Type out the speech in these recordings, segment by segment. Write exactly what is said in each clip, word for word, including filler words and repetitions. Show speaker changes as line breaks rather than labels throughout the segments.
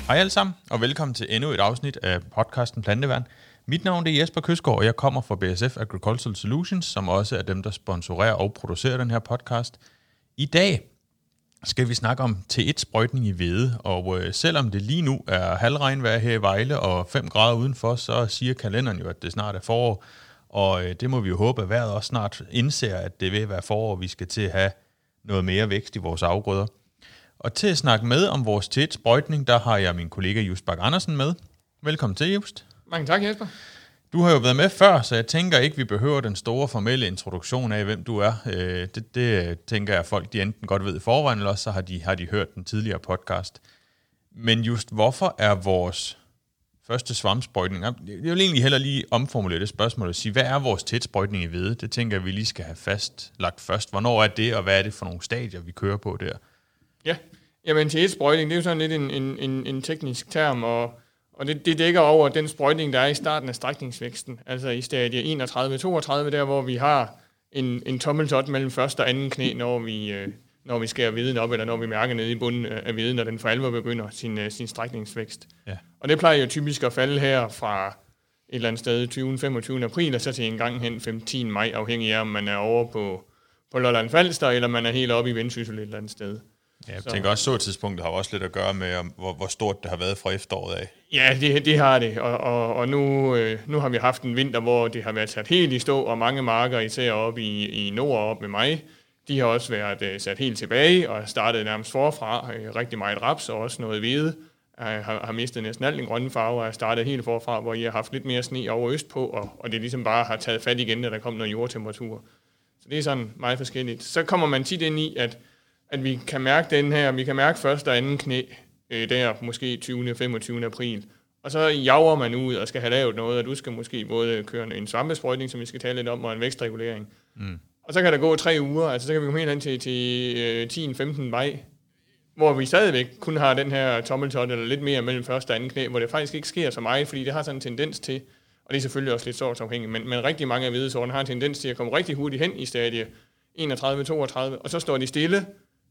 Hej alle sammen, og velkommen til endnu et afsnit af podcasten Planteværn. Mit navn er Jesper Køsgaard, og jeg kommer fra B S F Agricultural Solutions, som også er dem, der sponsorerer og producerer den her podcast. I dag skal vi snakke om T et sprøjtning i hvede, og øh, selvom det lige nu er halvregnvejr her i Vejle og fem grader udenfor, så siger kalenderen jo, at det snart er forår, og øh, det må vi jo håbe, at vejret også snart indser, at det vil være forår, og vi skal til at have noget mere vækst i vores afgrøder. Og til at snakke med om vores T et sprøjtning, der har jeg min kollega Just Bak Andersen med. Velkommen til, Just.
Mange tak, Jesper.
Du har jo været med før, så jeg tænker ikke, vi behøver den store formelle introduktion af, hvem du er. Det, det tænker jeg, at folk de enten godt ved i forvejen, eller også så har de, har de hørt den tidligere podcast. Men just hvorfor er vores første svampsprøjtning? Jeg vil egentlig heller lige omformulere det spørgsmål og sige, hvad er vores T et sprøjtning i hvede? Det tænker jeg, vi lige skal have fastlagt først. Hvornår er det, og hvad er det for nogle stadier, vi kører på der?
Ja, jamen T et sprøjtning, det er jo sådan lidt en, en, en, en teknisk term, og, og det, det dækker over den sprøjtning, der er i starten af strækningsvæksten, altså i stadie enogtredive til toogtredive, der hvor vi har en, en tommeltot mellem første og anden knæ, når vi, øh, når vi skærer hveden op, eller når vi mærker nede i bunden af hveden, når den for alvor begynder sin, øh, sin strækningsvækst. Ja. Og det plejer jo typisk at falde her fra et eller andet sted tyvende til femogtyvende april, og så til en gang hen femtende maj, afhængig af om man er over på, på Lolland Falster, eller man er helt oppe i Vendsyssel et eller andet sted.
Ja, jeg tænker også, så tidspunktet har også lidt at gøre med, hvor, hvor stort det har været fra efteråret af.
Ja, det, det har det, og, og, og nu, øh, nu har vi haft en vinter, hvor det har været sat helt i stå, og mange marker, især oppe i, i nord op med mig, de har også været øh, sat helt tilbage, og startet nærmest forfra, øh, rigtig meget raps, og også noget hvede, øh, har, har mistet næsten alt den grønne farve, og er startet helt forfra, hvor I har haft lidt mere sne over øst på, og, og det ligesom bare har taget fat igen, da der kom noget jordtemperatur. Så det er sådan meget forskelligt. Så kommer man tit ind i, at at vi kan mærke den her, vi kan mærke første og anden knæ, øh, der måske tyvende til femogtyvende april. Og så jager man ud og skal have lavet noget, og du skal måske både køre en svampesprøjtning, som vi skal tale lidt om, og en vækstregulering. Mm. Og så kan der gå tre uger, altså så kan vi komme helt hen til, til øh, tiende til femtende maj, hvor vi stadigvæk kun har den her tommeltot, eller lidt mere mellem første og anden knæ, hvor det faktisk ikke sker så meget, fordi det har sådan en tendens til, og det er selvfølgelig også lidt sortsafhængigt, men, men rigtig mange af hvedesorterne har en tendens til at komme rigtig hurtigt hen i stadie enogtredive til toogtredive, og så står de stille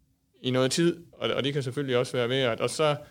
i noget tid, og, og det kan selvfølgelig også være værd. Og så,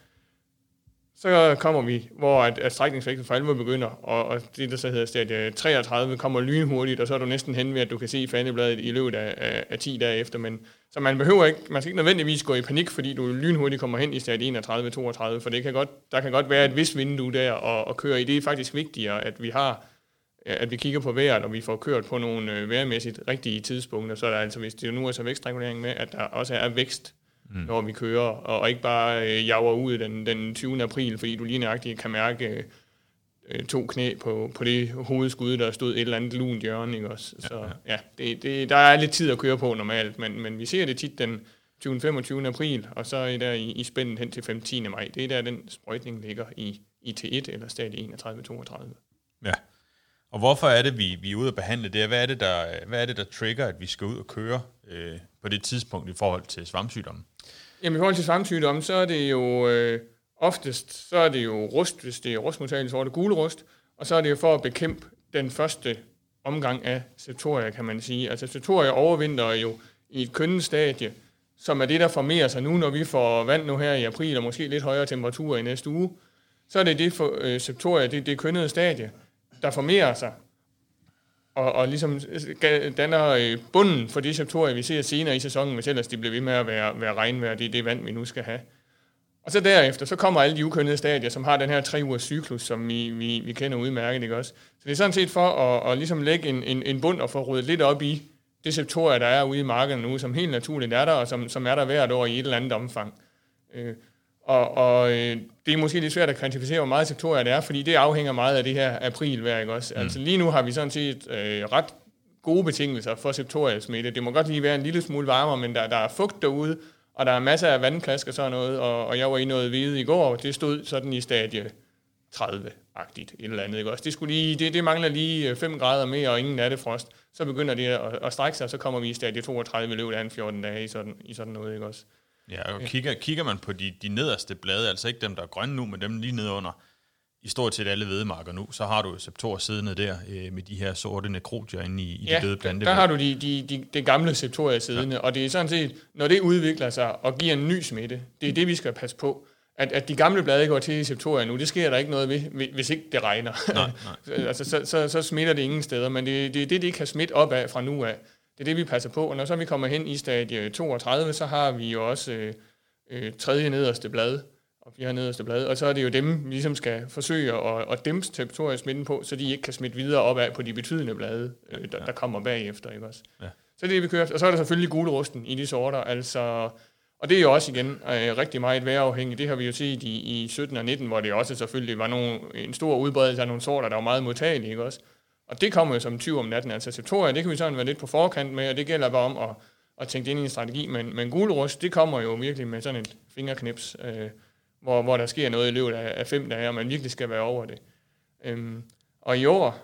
så kommer vi, hvor at, at strækningsvæksten for alvor begynder, og, og det, der så hedder stadie treogtredive, kommer lynhurtigt, og så er du næsten hen ved, at du kan se fandebladet i løbet af, af, af ti dage efter. Men, så man behøver ikke, man skal ikke nødvendigvis gå i panik, fordi du lynhurtigt kommer hen i stadie enogtredive til toogtredive, for det kan godt, der kan godt være et vist vindue der og, og køre i. Det er faktisk vigtigere, at vi har at vi kigger på vejret, og vi får kørt på nogle vejrmæssigt rigtige tidspunkter, så er der altså, hvis det nu er så vækstregulering med, at der også er vækst, mm. når vi kører, og, og ikke bare øh, jager ud den, den tyvende april, fordi du lige nøjagtigt kan mærke øh, to knæ på, på det hovedskud, der stod et eller andet lunt hjørne, ikke også? Så ja, ja. ja det, det, der er lidt tid at køre på normalt, men, men vi ser det tit den tyvende til femogtyvende april, og så er der i, i spændet hen til femtende maj. Det er der, den sprøjtning ligger i, i T et eller stadie enogtredive til toogtredive.
Ja. Og hvorfor er det, vi, vi er ude at behandle det? Hvad er det, der, hvad er det, der trigger, at vi skal ud og køre øh, på det tidspunkt i forhold til svampsygdommen?
Jamen i forhold til svampsygdommen, så er det jo øh, oftest, så er det jo rust, hvis det er rustmodtagelse, så er det gule rust, og så er det jo for at bekæmpe den første omgang af septoria, kan man sige. Altså septoria overvinter jo i et kønnet stadie, som er det, der formerer sig nu, når vi får vand nu her i april, og måske lidt højere temperaturer i næste uge. Så er det det for øh, septoria, det, det kønnede stadie, der formerer sig, og, og ligesom danner bunden for de septorier, vi ser senere i sæsonen, hvis ellers de bliver ved med at være, være regnvejr, det er det vand, vi nu skal have. Og så derefter, så kommer alle de ukønnede stadier, som har den her tre ugers cyklus, som vi, vi, vi kender udmærket, ikke også? Så det er sådan set for at, at ligesom lægge en, en, en bund og få ryddet lidt op i det septorier, der er ude i markedet nu, som helt naturligt er der, og som, som er der hvert år i et eller andet omfang. Øh, Og, og øh, det er måske lidt svært at kvantificere, hvor meget septoria det er, fordi det afhænger meget af det her aprilvejr, ikke også? Mm. Altså lige nu har vi sådan set øh, ret gode betingelser for septoriasmitte. Det må godt lige være en lille smule varmere, men der, der er fugt derude, og der er masser af vandklask og sådan noget, og, og jeg var i noget hvede i går, og det stod sådan i stadie tredive-agtigt, et eller andet, ikke også? Det, skulle lige, det, det mangler lige fem grader mere, og ingen nattefrost. Så begynder det at, at strække sig, og så kommer vi i stadie toogtredive i løbet af fjorten dage i sådan, i sådan noget, ikke også?
Ja, og kigger, kigger man på de, de nederste blade, altså ikke dem, der er grønne nu, men dem lige nedenunder, i stort set alle hvedemarker nu, så har du jo septorer siddende der øh, med de her sorte nekrotier inde i, i
ja,
de døde planter.
Der har du de, de, de, de gamle septorer siddende, ja. Og det er sådan set, når det udvikler sig og giver en ny smitte, det er det, vi skal passe på. at, at de gamle blade går til i septoria nu, det sker der ikke noget ved, hvis ikke det regner.
Nej, nej.
altså, så, så, så smitter det ingen steder, men det er det, det, de kan smitte op af fra nu af. Det er det, vi passer på, og når så vi kommer hen i stadie toogtredive, så har vi jo også øh, øh, tredje nederste blad, og fjerde nederste blad, og så er det jo dem, vi ligesom skal forsøge at, at dæmpe septoria-smitten på, så de ikke kan smitte videre op af på de betydende blade, øh, der, der kommer bagefter, ikke også? Ja. Så det er det, vi kører efter. Og så er der selvfølgelig gulerosten i de sorter, altså... Og det er jo også igen øh, rigtig meget vejrafhængigt. Det har vi jo set i, i sytten og nitten, hvor det også selvfølgelig var nogle, en stor udbredelse af nogle sorter, der var meget modtagelige, ikke også? Og det kommer jo som tyv om natten. Altså septoria, det kan vi sådan være lidt på forkant med, og det gælder bare om at, at tænke det ind i en strategi. Men, men gulerost, det kommer jo virkelig med sådan et fingerknips, øh, hvor, hvor der sker noget i løbet af, af fem dage, og man virkelig skal være over det. Øhm, og i år,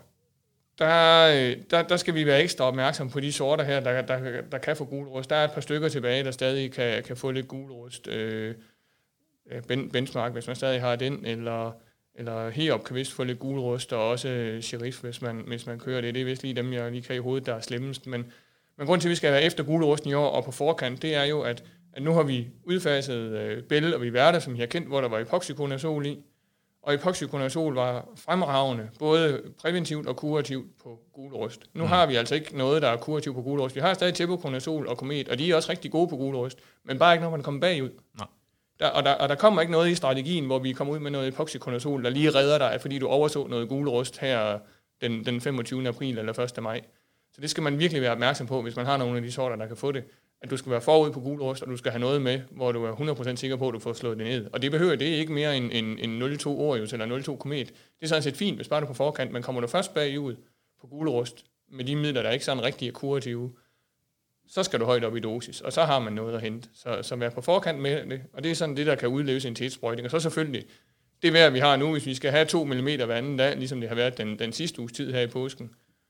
der, der, der skal vi være ekstra opmærksom på de sorter her, der, der, der kan få gulerost. Der er et par stykker tilbage, der stadig kan, kan få lidt gulerost. Øh, benchmark, hvis man stadig har den, eller, eller Heop kan vist få lidt gulerost, og også Sheriff, hvis man, hvis man kører det. Det er vist lige dem, jeg lige kan i hovedet, der er slemmest. Men, men grunden til, at vi skal være efter gulerosten i år og på forkant, det er jo, at, at nu har vi udfaset øh, Bell og Viverda, som I har kendt, hvor der var epoxyconazol i. Og epoxyconazol var fremragende, både præventivt og kurativt på gulerost. Nu mm. har vi altså ikke noget, der er kurativt på gulerost. Vi har stadig tebuconazol og Komet, og de er også rigtig gode på gulerost, men bare ikke når man kommer bagud. Nej. Der, og, der, og der kommer ikke noget i strategien, hvor vi kommer ud med noget epoxyconazol, der lige redder dig, fordi du overså noget gulerost her den, den femogtyvende april eller første maj. Så det skal man virkelig være opmærksom på, hvis man har nogle af de sorter, der kan få det. At du skal være forud på gulerost, og du skal have noget med, hvor du er hundrede procent sikker på, at du får slået det ned. Og det behøver det ikke mere end, end, end nul komma to Orius eller nul komma to Komet. Det er sådan set fint, hvis bare du er på forkant, men kommer du først bagud på gulerost, med de midler, der ikke sådan rigtig er kurative, så skal du højt op i dosis, og så har man noget at hente. Så, så vær på forkant med det, og det er sådan det, der kan udløse en tætsprøjtning. Og så selvfølgelig, det vejr, vi har nu, hvis vi skal have to millimeter hver anden dag, ligesom det har været den, den sidste uges tid her i påsken,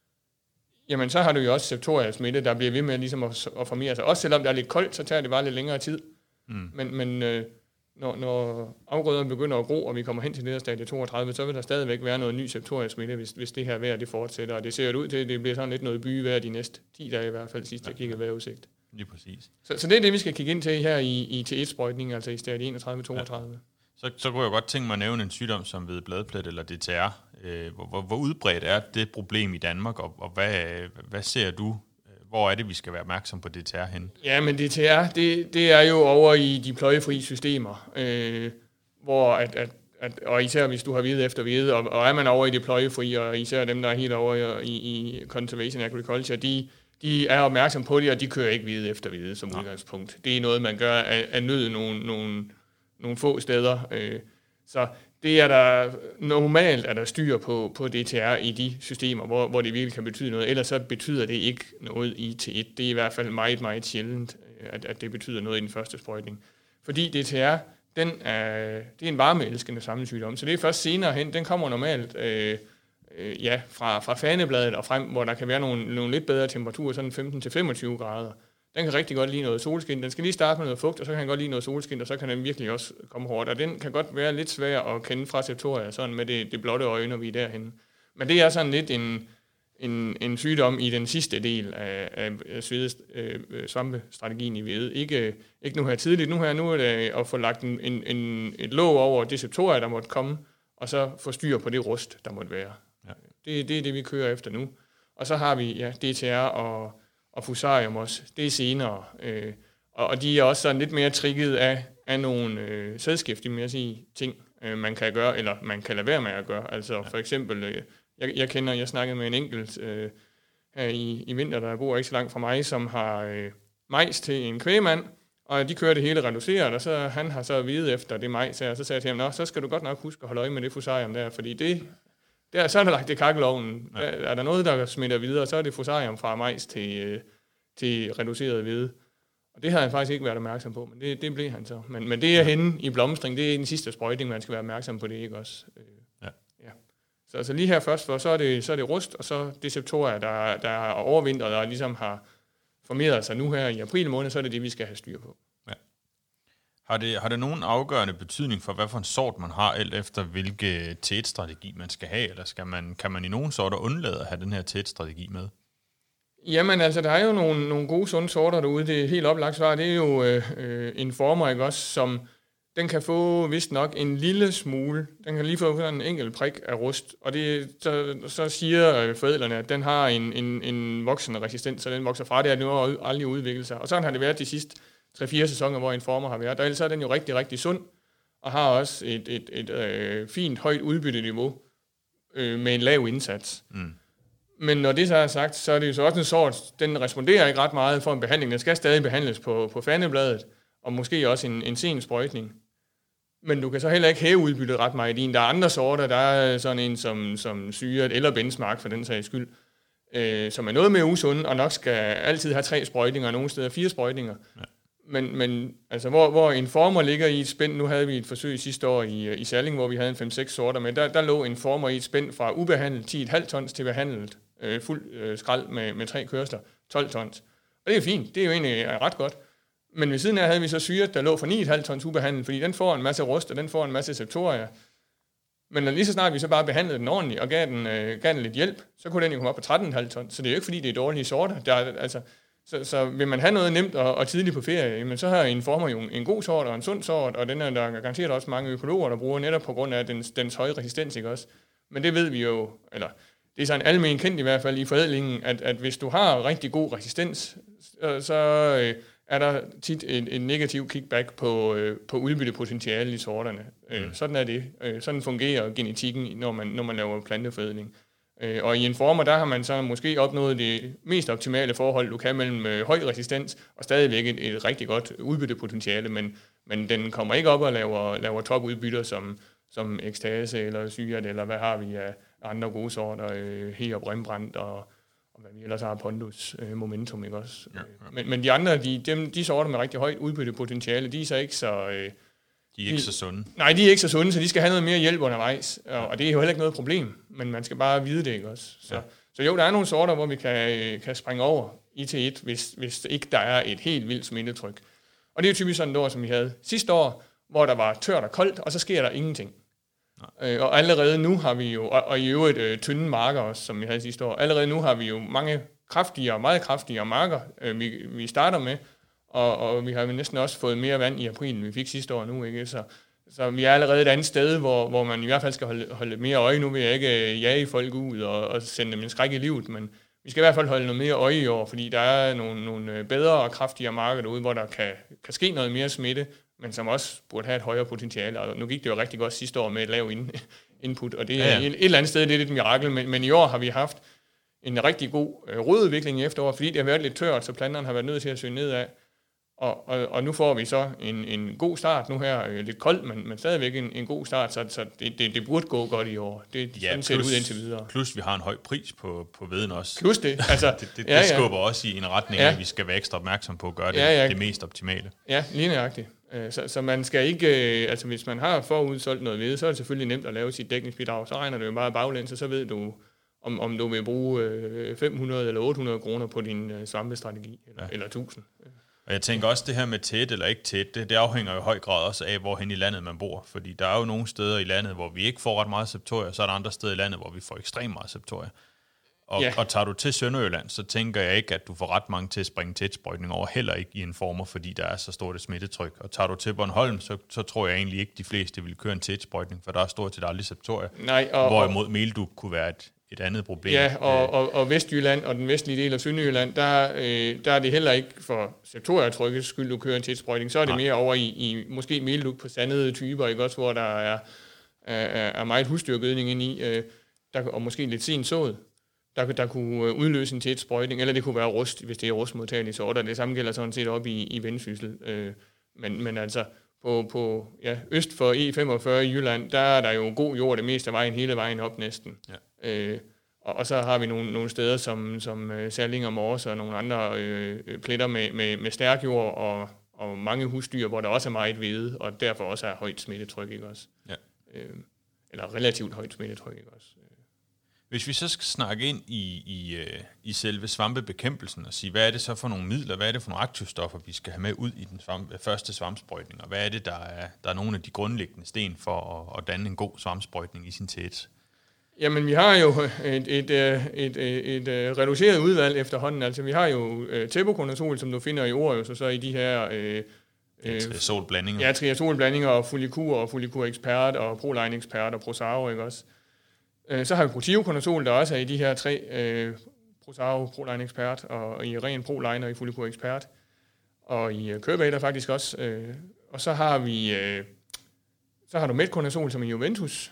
jamen så har du jo også septoria-smitte, der bliver ved med ligesom at, at formere sig. Også selvom det er lidt koldt, så tager det bare lidt længere tid. Mm. Men, men øh, når, når afgrøderne begynder at gro, og vi kommer hen til det her stadie toogtredive, så vil der stadigvæk være noget ny septoria-smitte, hvis, hvis det her vejr det fortsætter. Og det ser jo ud til, at det bliver sådan lidt noget byvejr de næste ti dage i hvert fald, sidst jeg kiggede vejrudsigt.
Lige præcis.
Så, så det er det, vi skal kigge ind til her i, i T et-sprøjtning, altså i stadie enogtredive toogtredive. Ja.
Så, så kunne jeg godt tænke mig at nævne en sygdom som ved bladplet eller D T R. Øh, hvor, hvor, hvor udbredt er det problem i Danmark, og, og hvad, hvad ser du? Hvor er det, vi skal være opmærksom på D T R henne?
Ja, men D T R, det, det er jo over i de pløjefri systemer, øh, hvor at, at, at, og især hvis du har hvide efter hvide, og, og er man over i de pløjefri, og især dem, der er helt over i, i Conservation Agriculture, de, de er opmærksom på det, og de kører ikke hvide efter hvide som udgangspunkt. Det er noget, man gør af, af nød nogle, nogle, nogle få steder. Øh, så det er der normalt, at der styr på, på D T R i de systemer, hvor, hvor det virkelig kan betyde noget. Ellers så betyder det ikke noget i T et. Det er i hvert fald meget, meget sjældent, at, at det betyder noget i den første sprøjtning. Fordi D T R, den er, det er en varmeelskende sammensygdom, så det er først senere hen. Den kommer normalt øh, øh, ja, fra, fra fanebladet og frem, hvor der kan være nogle, nogle lidt bedre temperaturer, sådan femten til femogtyve grader. Den kan rigtig godt lide noget solskin. Den skal lige starte med noget fugt, og så kan den godt lide noget solskin, og så kan den virkelig også komme hårdt. Og den kan godt være lidt svær at kende fra septoria, sådan med det, det blotte øje, når vi er derhenne. Men det er sådan lidt en, en, en sygdom i den sidste del af, af svede, øh, svampestrategien i hvede. Ikke, ikke nu her tidligt. Nu her nu er det at få lagt en, en, et låg over det septoria, der måtte komme, og så få styr på det rust, der måtte være. Ja. Det, det er det, vi kører efter nu. Og så har vi ja, D T R og og fusarium også. Det er senere. Øh, og, og de er også sådan lidt mere trigget af, af nogle øh, sædskiftemæssige ting, øh, man kan gøre, eller man kan lade være med at gøre. Altså for eksempel, øh, jeg, jeg kender, jeg snakkede med en enkelt øh, her i, i vinter, der bor ikke så langt fra mig, som har øh, majs til en kvægmand, og de kører det hele reduceret, og så han har så videt efter det majs her, og så sagde jeg til ham, nå, så skal du godt nok huske at holde øje med det fusarium der, fordi det, der, så er der lagt det kakkelovnen. Ja. Er, er der noget, der smitter videre, så er det fusarium fra majs til, øh, til reduceret hvede. Og det har han faktisk ikke været opmærksom på, men det, det blev han så. Men, men det er henne i blomstring, det er den sidste sprøjtning, man skal være opmærksom på det, ikke også? Ja. Ja. Så altså lige her først, for så er det, så er det rust, og så det septoria, der, der er overvintret, der ligesom har formeret sig nu her i april måned, så er det det, vi skal have styr på. Ja.
Har det, har det nogen afgørende betydning for, hvad for en sort man har, alt efter hvilke T et-strategi man skal have, eller skal man, kan man i nogen sorter undlade at have den her T et-strategi med?
Jamen altså, der er jo nogle, nogle gode sunde sorter derude. Det er helt oplagt svar. Det er jo øh, en former, ikke også, som den kan få vist nok en lille smule, den kan lige få sådan en enkelt prik af rust, og det, så, så siger forædlerne, at den har en, en, en voksende resistens, så den vokser fra det, at den har aldrig udviklet sig. Og sådan har det været de sidste tre fire sæsoner, hvor Informer har været, og ellers er den jo rigtig, rigtig sund, og har også et, et, et, et øh, fint, højt udbytteniveau øh, med en lav indsats. Mm. Men når det så er sagt, så er det jo så også en sort, den responderer ikke ret meget for en behandling. Den skal stadig behandles på, på fandebladet, og måske også en, en sen sprøjtning. Men du kan så heller ikke hæve udbyttet ret meget i din. Der er andre sorter, der er sådan en som, som syret eller benchmark for den sags skyld, øh, som er noget mere usunde, og nok skal altid have tre sprøjtninger, og nogle steder fire sprøjtninger. Ja. Men, men altså, hvor, hvor Informer ligger i et spænd, nu havde vi et forsøg sidste år i, i Salling, hvor vi havde en fem seks sorter med, der, der lå Informer i et spænd fra ubehandlet ti komma fem tons til behandlet øh, fuld øh, skrald med, med tre kørsler, tolv tons. Og det er fint, det er jo egentlig ret godt. Men ved siden af havde vi så syret, der lå for ni komma fem tons ubehandlet, fordi den får en masse rust, og den får en masse septoria. Men lige så snart vi så bare behandlede den ordentligt, og gav den, øh, gav den lidt hjælp, så kunne den jo komme op på tretten komma fem tons. Så det er jo ikke fordi, det er dårlige sorter. Der er, altså, så, så vil man have noget nemt og, og tidligt på ferie, men så har Informer jo en god sort og en sund sort, og den er der garanteret også mange økologer, der bruger netop på grund af dens, dens høje resistens, ikke også? Men det ved vi jo, eller det er sådan almen kendt i hvert fald i forædlingen, at, at hvis du har rigtig god resistens, så, så øh, er der tit en, en negativ kickback på, øh, på udbyttepotentiale i sorterne. Mm. Øh, sådan er det. Øh, sådan fungerer genetikken, når man, når man laver planteforædling. Øh, og i Informer, der har man så måske opnået det mest optimale forhold, du kan mellem øh, høj resistens og stadigvæk et, et rigtig godt udbyttepotentiale, men, men den kommer ikke op og laver, laver topudbytter som, som ekstase eller syret, eller hvad har vi af andre gode sorter, øh, Heop, Rembrandt og, og hvad vi ellers har, Pondus, øh, Momentum, ikke også? Ja, ja. Men, men de andre, de, dem, de sorter med rigtig højt udbyttepotentiale, de er så ikke så... Øh,
de er ikke de, så sunde.
Nej, de er ikke så sunde, så de skal have noget mere hjælp undervejs, og, ja. og det er jo heller ikke noget problem, men man skal bare vide det, ikke også? Så, ja. så jo, der er nogle sorter, hvor vi kan, kan springe over i til et, hvis, hvis ikke der er et helt vildt smittetryk. Og det er jo typisk sådan et år, som vi havde sidste år, hvor der var tørt og koldt, og så sker der ingenting. Øh, og allerede nu har vi jo, og, og i øvrigt øh, tynde marker også, som vi havde sidste år, allerede nu har vi jo mange kraftigere, meget kraftigere marker, øh, vi, vi starter med, og, og vi har jo næsten også fået mere vand i april, end vi fik sidste år nu, ikke? Så, så vi er allerede et andet sted, hvor, hvor man i hvert fald skal holde, holde mere øje. Nu vil jeg ikke jage folk ud og, og sende dem en skræk i livet, men vi skal i hvert fald holde noget mere øje i år, fordi der er nogle, nogle bedre og kraftigere marker derude, hvor der kan, kan ske noget mere smitte, men som også burde have et højere potentiale. Og nu gik det jo rigtig godt sidste år med et lav input, og det er ja, ja. Et, et eller andet sted, det er et mirakel, men, men i år har vi haft en rigtig god øh, rødudvikling i efteråret, fordi det har været lidt tørt, så planterne har været nødt til at søge nedad. Og, og, og nu får vi så en, en god start nu her, øh, lidt koldt, men, men stadigvæk en, en god start, så, så det, det, det burde gå godt i år. Det
ja,
sådan ser det ud indtil videre.
Plus vi har en høj pris på, på veden også.
Plus det. Altså,
det det, det ja, ja. skubber også i en retning, ja. at vi skal være ekstra opmærksom på at gøre det, ja, ja. det mest optimale.
Ja, lige nøjagtigt. Så, så man skal ikke, altså hvis man har forudsolgt noget ved, så er det selvfølgelig nemt at lave sit dækningsbidrag. Så regner det jo bare baglæns, og så ved du, om, om du vil bruge fem hundrede eller otte hundrede kroner på din svampestrategi, eller, ja. eller tusind.
Og jeg tænker også, det her med tæt eller ikke tæt, det, det afhænger jo i høj grad også af, hvorhen i landet man bor. Fordi der er jo nogle steder i landet, hvor vi ikke får ret meget septoria, så er der andre steder i landet, hvor vi får ekstremt meget septoria. Og, ja. og tager du til Sønderjylland, så tænker jeg ikke, at du får ret mange til at springe tætsprøjtning over, heller ikke i Informer, fordi der er så stort et smittetryk. Og tager du til Bornholm, så, så tror jeg egentlig ikke, de fleste vil køre en tætsprøjtning, for der er stort set aldrig septoria.
Nej, og,
hvorimod meldug kunne være et, et andet problem.
Ja, og, og, og Vestjylland og den vestlige del af Sønderjylland, der, øh, der er det heller ikke for septoria-trykkets skyld, du kører en tætsprøjtning. Så er det Nej. mere over i, i måske meldug på sandede typer, ikke også, hvor der er, er, er meget husdyrgødning ind i, øh, der, og måske lidt sent sået. Der, der kunne udløse en tæt sprøjtning, eller det kunne være rust, hvis det er rustmodtagelige sorter. Det samme gælder sådan set op i, i Vendsyssel. Øh, men, men altså, på, på ja, øst for E femogfyrre i Jylland, der er der jo god jord det meste af vejen, hele vejen op næsten. Ja. Øh, og, og så har vi nogle, nogle steder som, som uh, Salling og Mors og nogle andre øh, pletter med, med, med stærk jord og, og mange husdyr, hvor der også er meget hvede, og derfor også er højt smittetryk, ikke også? Ja. Øh, eller relativt højt smittetryk, ikke også?
Hvis vi så skal snakke ind i, i, i selve svampebekæmpelsen og sige, hvad er det så for nogle midler, hvad er det for nogle aktivstoffer, vi skal have med ud i den svamp, første svampsprøjtning, og hvad er det, der er, der er nogle af de grundlæggende sten for at, at danne en god svampsprøjtning i sin tæt?
Jamen, vi har jo et, et, et, et, et, et reduceret udvalg efterhånden. Altså, vi har jo uh, tebuconazol, som du finder i Orius, og så i de her uh,
Ja, triazolblandinger.
Ja, triazolblandinger og Folikur og Folikur Expert og ProLine Expert og Prosaro, ikke også? Øh, så har vi Protivconazol, der også er i de her tre, øh, Prosaro, ProLine Expert og i ren ProLine og i Folikur Expert. Og i uh, Curvator faktisk også. Øh, og så har vi øh, så har du Metconazol, som er Juventus.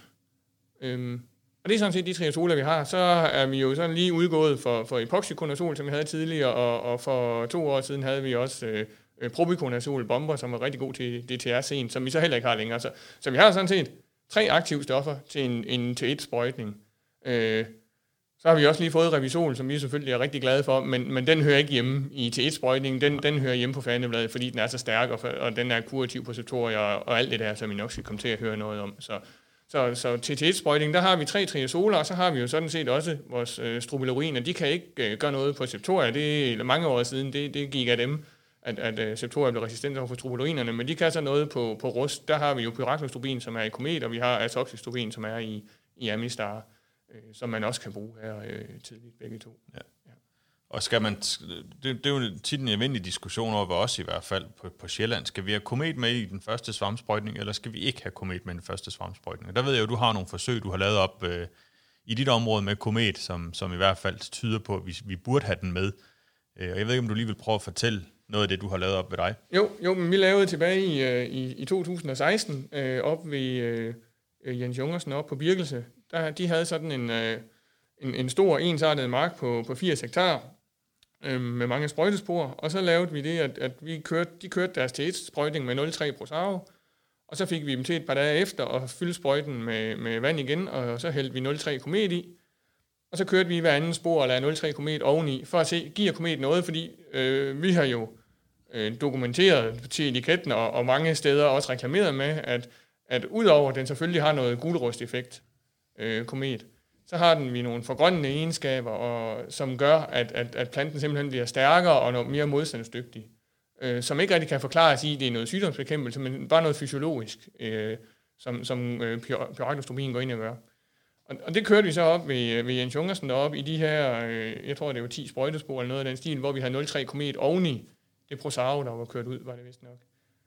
Øhm, og det er sådan set de triazoler, vi har. Så er vi jo sådan lige udgået for, for epoxyconazol, som vi havde tidligere, og, og for to år siden havde vi også øh, propiconazol bomber, som er rigtig god til D T R-sen, som vi så heller ikke har længere. Så, så vi har sådan set tre aktive stoffer til en, en T et-sprøjtning. Øh, Så har vi også lige fået Revisol, som vi selvfølgelig er rigtig glade for, men, men den hører ikke hjemme i T et-sprøjtningen. Den, den hører hjemme på fanebladet, fordi den er så stærk, og, for, og den er kurativ på septorier og, og alt det der, som vi nok skal komme til at høre noget om. Så, så, så til T et-sprøjtningen, der har vi tre triazoler, og så har vi jo sådan set også vores øh, strobilurin, og de kan ikke øh, gøre noget på septorier. Det er mange år siden, det, det gik af dem, at, at øh, septorier blev resistente over for strobilurinerne, men de kan så noget på, på rust. Der har vi jo pyraklostropin, som er i Komet, og vi har atoxystropin, som er i, i Amistar, som man også kan bruge her øh, tidligt, begge to. Ja. Ja.
Og skal man, det, det er jo tit en almindelig diskussion over os i hvert fald på, på Sjælland. Skal vi have Komet med i den første svampsprøjtning, eller skal vi ikke have Komet med i den første svampsprøjtning? Og der ved jeg jo, du har nogle forsøg, du har lavet op øh, i dit område med Komet, som, som i hvert fald tyder på, at vi, vi burde have den med. Og jeg ved ikke, om du lige vil prøve at fortælle noget af det, du har lavet op ved dig?
Jo, jo men vi lavede tilbage i, i, i to tusind og seksten øh, op ved øh, Jens Jungersen op på Birkelse. Der, de havde sådan en, øh, en, en stor ensartet mark på, på firs hektar øh, med mange sprøjtespor, og så lavede vi det, at, at vi kørte, de kørte deres T et-sprøjtning med nul komma tre Prosaro, og så fik vi dem til et par dage efter at fylde sprøjten med, med vand igen, og så hældte vi nul komma tre Komet i, og så kørte vi hver anden spor og lagde nul komma tre Komet oveni, for at se, giver Komet noget, fordi øh, vi har jo øh, dokumenteret til etiketten og, og mange steder også reklameret med, at, at udover at den selvfølgelig har noget gulrusteffekt, Øh, Komet, så har den vi nogle forgrønnende egenskaber, og, som gør, at, at, at planten simpelthen bliver stærkere og noget mere modstandsdygtig. Øh, som ikke rigtig kan forklares i, det er noget sygdomsbekæmpelse, men bare noget fysiologisk, øh, som, som øh, pyraklostropin går ind og gør. Og, og det kørte vi så op ved, ved Jens Jungersen deroppe i de her, øh, jeg tror det var ti sprøjtespor eller noget af den stil, hvor vi havde nul komma tre Komet oveni det Prosaro, der var kørt ud, var det vist nok.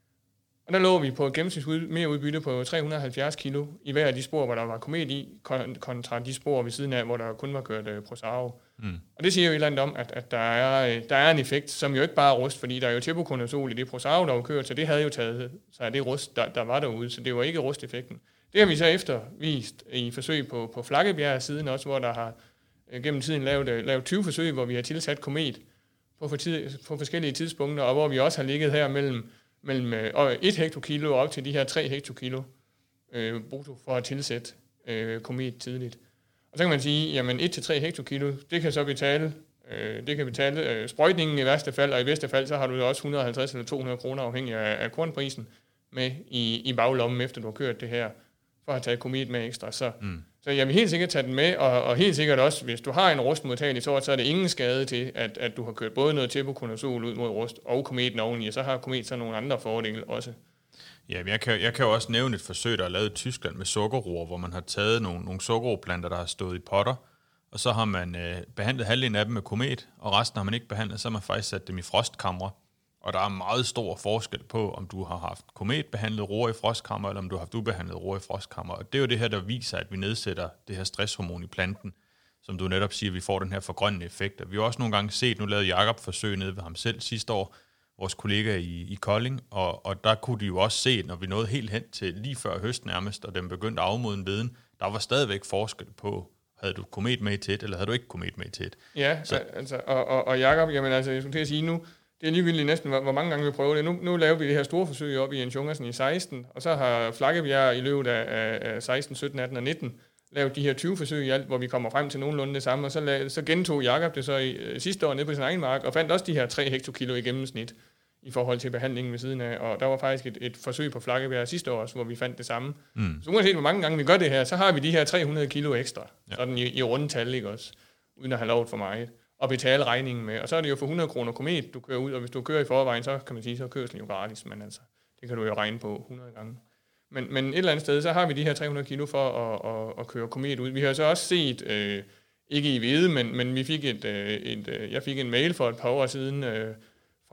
Og der lå vi på et gennemsnitligt mere udbytte på tre hundrede og halvfjerds kilo i hver af de spor, hvor der var Komet i, kontra de spor ved siden af, hvor der kun var kørt uh, Prosaro. Mm. Og det siger jo et eller andet om, at, at der, er, der er en effekt, som jo ikke bare er rust, fordi der er jo tebuconazol i det Prosaro, der var kørt, så det havde jo taget sig af det rust, der, der var derude, så det var ikke rusteffekten. Det har vi så eftervist i forsøg på, på Flakkebjerg siden også, hvor der har uh, gennem tiden lavet, lavet tyve forsøg, hvor vi har tilsat Komet på, for tid, på forskellige tidspunkter, og hvor vi også har ligget her mellem mellem øh, et hektokilo og op til de her tre hektokilo øh, brutto for at tilsætte øh, Komet tidligt. Og så kan man sige, jamen et til tre hektokilo, det kan så betale, øh, det kan betale øh, sprøjtningen i værste fald, og i bedste fald, så har du også et hundrede og halvtreds eller to hundrede kroner afhængig af, af kornprisen med i, i baglommen, efter du har kørt det her, for at tage Komet med ekstra. Så, mm. så jeg vil helt sikkert tage den med, og, og helt sikkert også, hvis du har en rustmodtagelig sort, så er det ingen skade til, at, at du har kørt både noget tebuconazol ud mod rust og Kometen oveni, og så har Komet så nogle andre fordele også.
Ja, men jeg kan, jeg kan jo også nævne et forsøg, der er lavet i Tyskland med sukkerroer, hvor man har taget nogle, nogle sukkerroplanter, der har stået i potter, og så har man øh, behandlet halvdelen af dem med Komet, og resten har man ikke behandlet, så har man faktisk sat dem i frostkamre. Og der er meget stor forskel på, om du har haft kometbehandlet roer i frostkammer, eller om du har haft ubehandlet roer i frostkammer. Og det er jo det her, der viser, at vi nedsætter det her stresshormon i planten, som du netop siger, at vi får den her forgrønnende effekt. Og vi har også nogle gange set, nu lavede Jakob forsøg nede ved ham selv sidste år, vores kollega i, i Kolding, og, og der kunne de jo også se, når vi nåede helt hen til lige før høst nærmest, og den begyndte at afmoden viden, der var stadigvæk forskel på, havde du Komet med i tæt, eller havde du ikke Komet med i tæt.
Ja, så. altså, og, og, og Jakob, jamen altså, jeg skulle til at sige nu, det er ligegyldigt næsten, hvor, hvor mange gange vi prøver det. Nu, nu laver vi det her store forsøg op i Jens Jungersen i seksten, og så har Flakkebjerg i løbet af, af seksten, sytten, atten og nitten lavet de her tyve forsøg i alt, hvor vi kommer frem til nogenlunde det samme, og så, la, så gentog Jakob det så i, øh, sidste år nede på sin egen mark, og fandt også de her tre hektokilo i gennemsnit i forhold til behandlingen ved siden af, og der var faktisk et, et forsøg på Flakkebjerg sidste år også, hvor vi fandt det samme. Mm. Så uanset hvor mange gange vi gør det her, så har vi de her tre hundrede kilo ekstra, ja. Sådan i, i rundetal, ikke også, uden at have lovet for meget, og betale regningen med. Og så er det jo for hundrede kroner Komet, du kører ud, og hvis du kører i forvejen, så kan man sige, så er kørslen jo gratis, men altså, det kan du jo regne på hundrede gange. Men, men et eller andet sted, så har vi de her tre hundrede kilo for at, at, at køre Komet ud. Vi har så også set, øh, ikke i hvide, men, men vi fik et, øh, et, øh, jeg fik en mail for et par år siden øh, fra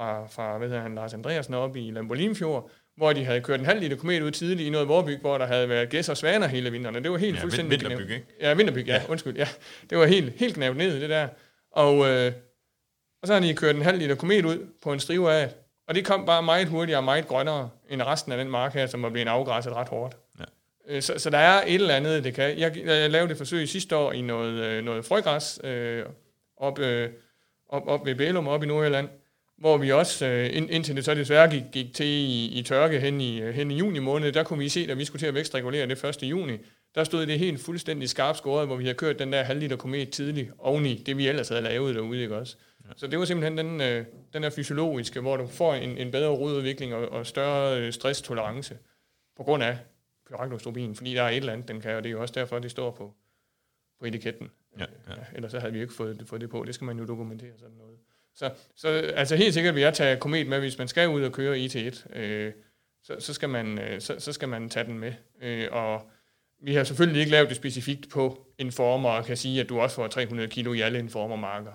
fra, fra hvad hedder han, Lars Andreasen oppe i Lamborghini-fjord, hvor de havde kørt en halv liter komet ud tidligt i noget vorbyg, hvor der havde været gæs og svaner hele vinteren, og det var helt
ja,
fuldstændig...
Vinterbyg, ikke?
Ja, Vinterbyg, ja, ja, undskyld, ja. Det var helt, helt gnævet ned, det der. Og, øh, og så har de kørt en halv liter komet ud på en strive af, og det kom bare meget hurtigere og meget grønnere end resten af den mark her, som var blevet afgræsset ret hårdt. Ja. Så, så der er et eller andet, det kan... Jeg, jeg lavede et forsøg sidste år i noget, noget frøgræs øh, op, øh, op, op ved Bælum, op i Nordjylland, hvor vi også, øh, ind, indtil det så desværre gik, gik til i, i tørke hen i, hen i juni måned, der kunne vi se, at vi skulle til at vækstregulere det første juni. Der stod det helt fuldstændig skarpt skåret, hvor vi havde kørt den der halv liter komet tidligt oveni det, vi ellers havde lavet derude, ikke også? Ja. Så det var simpelthen den, øh, den der fysiologiske, hvor du får en, en bedre rodudvikling og, og større stresstolerance på grund af pyraklostropin, fordi der er et eller andet, den kan, og det er jo også derfor, det står på, på etiketten. Ja, ja. Ellers så havde vi ikke fået, fået det på. Det skal man jo dokumentere sådan noget. Så, så altså helt sikkert vil jeg tage komet med, hvis man skal ud og køre I T et, øh, så, så, skal man, øh, så, så skal man tage den med. Øh, og vi har selvfølgelig ikke lavet det specifikt på informer, og kan sige, at du også får tre hundrede kilo i alle informermarker.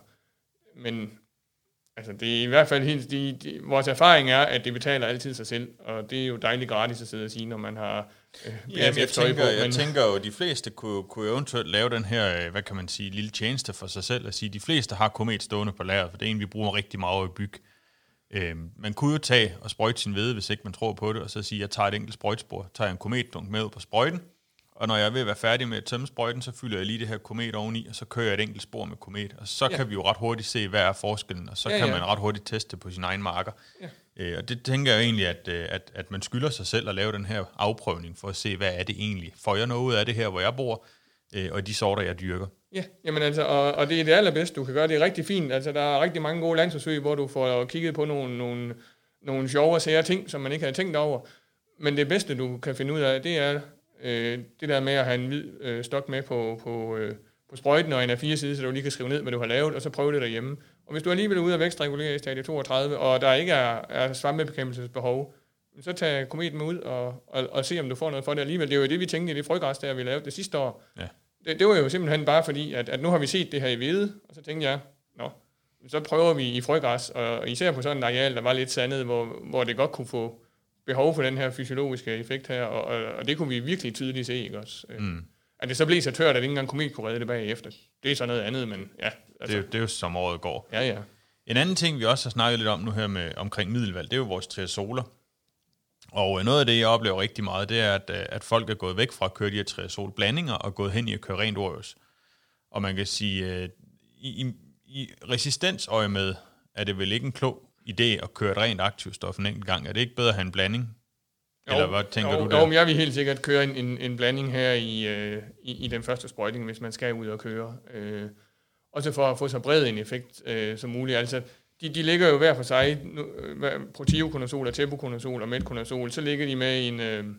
Men altså, det er i hvert fald helt... De, de, vores erfaring er, at det betaler altid sig selv, og det er jo dejligt gratis at sidde og sige, når man har øh,
ja, jeg tænker, på. Men jeg tænker jo, at de fleste kunne, kunne eventuelt lave den her, hvad kan man sige, lille tjeneste for sig selv, at sige, at de fleste har komet stående på lageret, for det er en, vi bruger rigtig meget i byg. Øh, man kunne jo tage og sprøjte sin hvede, hvis ikke man tror på det, og så sige, at jeg tager et enkelt sprøjtespor, tager en kometdunk med ud på sprøjten, og når jeg er ved at være færdig med at tømme sprøjten, så fylder jeg lige det her komet oveni, og så kører jeg et enkelt spor med komet. Og så ja. kan vi jo ret hurtigt se, hvad er forskellen, og så ja, kan ja. man ret hurtigt teste på sin egen marker. Ja. Øh, og det tænker jeg egentlig, at, at, at man skylder sig selv at lave den her afprøvning, for at se, hvad er det egentlig. Får jeg noget ud af det her, hvor jeg bor, øh, og de sorter, jeg dyrker?
Ja, jamen altså, og, og det er det allerbedste, du kan gøre. Det er rigtig fint. Altså, der er rigtig mange gode landsforsøg, hvor du får kigget på nogle, nogle, nogle sjove og sære ting, som man ikke havde tænkt over. Men det bedste, du kan finde ud af, det er... Øh, det der med at have en hvid øh, stok med på, på, øh, på sprøjten og en A fire side, så du lige kan skrive ned, hvad du har lavet, og så prøve det derhjemme. Og hvis du alligevel er ude af vækstregulere i stadie toogtredive, og der ikke er, er svampebekæmpelsesbehov, så tag kometen med ud og, og, og se, om du får noget for det alligevel. Det er jo det, vi tænkte i det frøgræs, der vi lavede det sidste år. Ja. Det, det var jo simpelthen bare fordi, at, at nu har vi set det her i hvede, og så tænkte jeg, nå, så prøver vi i frøgræs, og især på sådan et areal, der var lidt sandet, hvor, hvor det godt kunne få behov for den her fysiologiske effekt her, og, og, og det kunne vi virkelig tydeligt se, ikke også? Mm. At det så blev så tørt, at det ikke engang komet kunne redde det bagefter. Det er så noget andet, men ja. Altså.
Det, er, det er jo som året går.
Ja, ja.
En anden ting, vi også har snakket lidt om nu her med, omkring middelvalg, det er jo vores triazoler. Og noget af det, jeg oplever rigtig meget, det er, at, at folk er gået væk fra at køre de her triazolblandinger og gået hen i at køre rent Orius. Og man kan sige, i, i, i resistensøje med, er det vel ikke en klog idé at køre et rent aktivstof en enkelt gang? Er det ikke bedre at have en blanding?
Jo, eller hvad tænker jo, du der? Jo, men jeg vil helt sikkert køre en, en, en blanding her i, øh, i, i den første sprøjtning, hvis man skal ud og køre. Øh, også for at få så bred en effekt øh, som muligt. Altså, de, de ligger jo hver for sig, øh, proteoconazol og tebuconazol og metconazol, så ligger de med en, øh,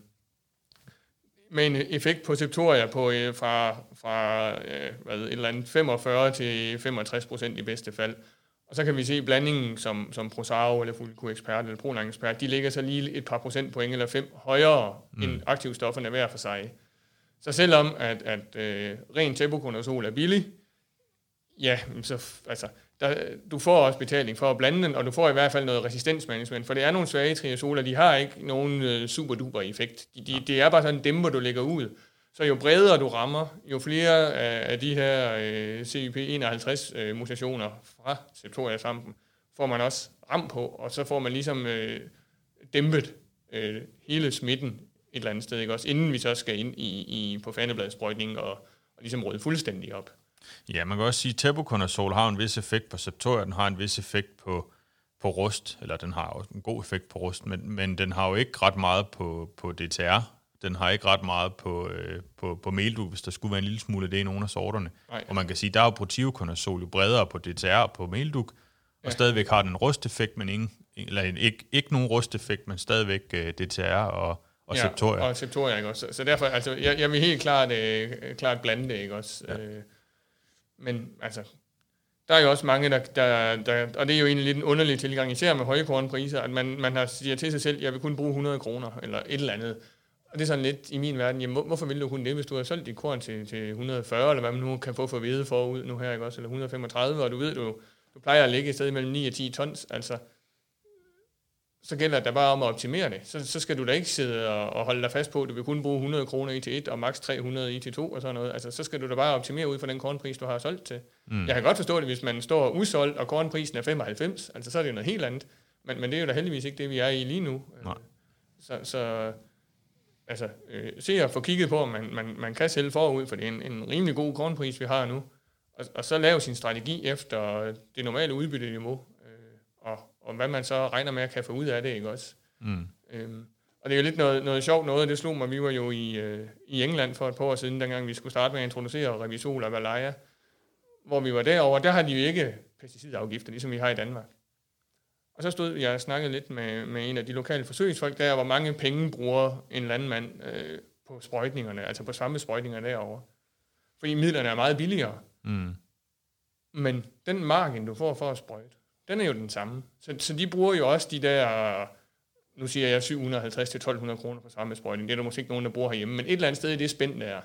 med en effekt på septoria på, øh, fra, fra øh, hvad, et eller andet femogfyrre til femogtres procent i bedste fald. Og så kan vi se, at blandingen som, som Prosaro eller Fulco-ekspert eller Prolang-ekspert, de ligger så lige et par procentpoint eller fem højere mm. end aktivstofferne hver for sig. Så selvom at, at øh, ren tebuconazol er billig, ja, så altså, der, du får også betaling for at blande den, og du får i hvert fald noget resistensmanagement, for det er nogle svage triazoler, de har ikke nogen øh, superduper effekt. De, de, det er bare sådan en dæmper, du lægger ud. Så jo bredere du rammer, jo flere af, af de her øh, C Y P enoghalvtreds øh, mutationer fra septoria-svampen får man også ram på, og så får man ligesom øh, dæmpet øh, hele smitten et eller andet sted, ikke også, inden vi så skal ind i, i på fanebladssprøjtning og, og ligesom rydde fuldstændig op.
Ja, man kan også sige, at tebuconazol har en vis effekt på septoria, den har en vis effekt på, på rust, eller den har også en god effekt på rust, men, men den har jo ikke ret meget på, på D T R. Den har ikke ret meget på, øh, på, på meldug, hvis der skulle være en lille smule af det i nogle af sorterne. Nej. Og man kan sige, der er jo proteoconazol jo bredere på D T R og på meldug, og ja. stadigvæk har den en rusteffekt, men ingen, eller en, ikke, ikke nogen rusteffekt, men stadigvæk øh, D T R og, og ja, septoria.
og septoria, ikke også. Så derfor, altså, jeg, jeg vil helt klart, øh, klart blande det, ikke også. Ja. Øh, men altså, der er jo også mange, der, der, der, og det er jo egentlig lidt en underlig tilgang, især med høje kornpriser, at man, man har siger til sig selv, jeg vil kun bruge hundrede kroner, eller et eller andet. Og det er sådan lidt i min verden, jamen, hvorfor vil du kun det, hvis du har solgt dit korn til, til et hundrede og fyrre, eller hvad man nu kan få for hvede forud nu her, ikke også, eller et hundrede og femogtredive, og du ved, du, du plejer at ligge et sted mellem ni og ti tons, altså, så gælder det bare om at optimere det. Så, så skal du da ikke sidde og, og holde dig fast på, at du vil kun bruge hundrede kroner i til et, og maks tre hundrede i til to, og sådan noget. Altså, så skal du da bare optimere ud fra den kornpris, du har solgt til. Mm. Jeg kan godt forstå det, hvis man står usolgt, og kornprisen er femoghalvfems, altså så er det jo noget helt andet. Men, men det er jo da heldigvis ikke det, vi er i lige nu.
Nej.
Så, så altså, øh, se at få kigget på, om man, man, man kan sælge forud, for det er en, en rimelig god kornpris, vi har nu. Og, og så lave sin strategi efter det normale udbytteniveau, øh, og, og hvad man så regner med at kan få ud af det, ikke også? Mm. Øhm, og det er jo lidt noget, noget sjovt noget, det slog mig, vi var jo i, øh, i England for et par år siden, dengang vi skulle starte med at introducere Revisol og Valaya, hvor vi var derovre, der har de jo ikke pesticidafgifter, ligesom vi har i Danmark. Og så stod jeg og snakkede lidt med, med en af de lokale forsøgsfolk der, hvor mange penge bruger en landmand øh, på sprøjtningerne, altså på svampesprøjtninger derovre. Fordi midlerne er meget billigere. Mm. Men den margin, du får for at sprøjte, den er jo den samme. Så, så de bruger jo også de der, nu siger jeg syv hundrede og halvtreds til tolv hundrede kroner på svampesprøjtning. Det er der måske ikke nogen, der bruger herhjemme, men et eller andet sted i det spænd, der er.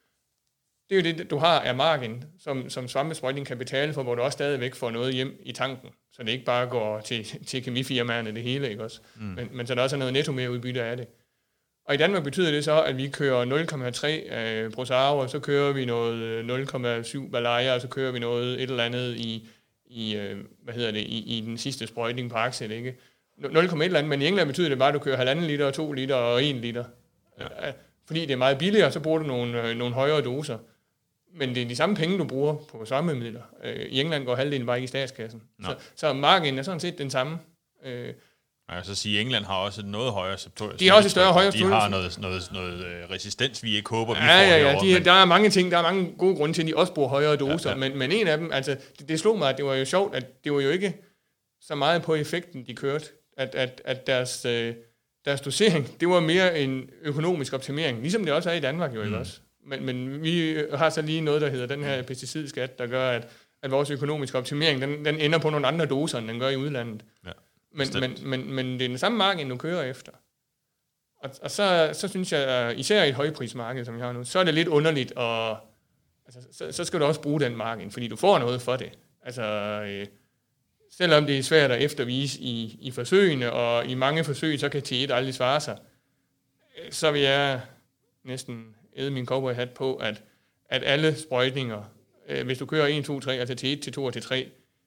Det er jo det, du har af margin, som, som svampesprøjtning kan betale for, hvor du også stadigvæk får noget hjem i tanken. Så det ikke bare går til, til kemifirmaerne det hele, ikke også? Mm. Men, men så der også er noget netto mere udbytte af det. Og i Danmark betyder det så, at vi kører nul komma tre øh, Prosaro, og så kører vi noget nul komma syv Valaya, og så kører vi noget et eller andet i, i øh, hvad hedder det, i, i den sidste sprøjtning på Axel, ikke? nul komma et eller andet, men i England betyder det bare, at du kører halvanden liter, to liter og en liter. Ja. Fordi det er meget billigere, så bruger du nogle, øh, nogle højere doser. Men det er de samme penge, du bruger på samme midler. Øh, I England går halvdelen bare ikke i statskassen. No. Så, så marginen er sådan set den samme. Øh,
Jeg så sige, England har også et noget højere septorium.
De har også et større højere
De har noget, noget, noget resistens, vi ikke håber, vi
ja,
får
ja, ja.
herovre,
De,
men...
der er mange ting, der er mange gode grunde til, at de også bruger højere doser. Ja, ja. Men, men en af dem, altså, det, det slog mig, at det var jo sjovt, at det var jo ikke så meget på effekten, de kørte. At, at, at deres, øh, deres dosering, det var mere en økonomisk optimering. Ligesom det også er i Danmark jo, ikke mm. også? Men, men vi har så lige noget, der hedder den her pesticidskat, der gør, at, at vores økonomiske optimering, den, den ender på nogle andre doser, end den gør i udlandet. Ja. Men, men, men, men det er den samme margin, du kører efter. Og, og så, så synes jeg, især i et højprismarked, som jeg har nu, så er det lidt underligt, og altså, så, så skal du også bruge den margin, fordi du får noget for det. Altså, øh, selvom det er svært at eftervise i, i forsøgene, og i mange forsøg, så kan T et aldrig svare sig, så vil jeg næsten æde min cowboyhat på, at, at alle sprøjtninger, øh, hvis du kører en, to, tre, altså T et, T to og T tre,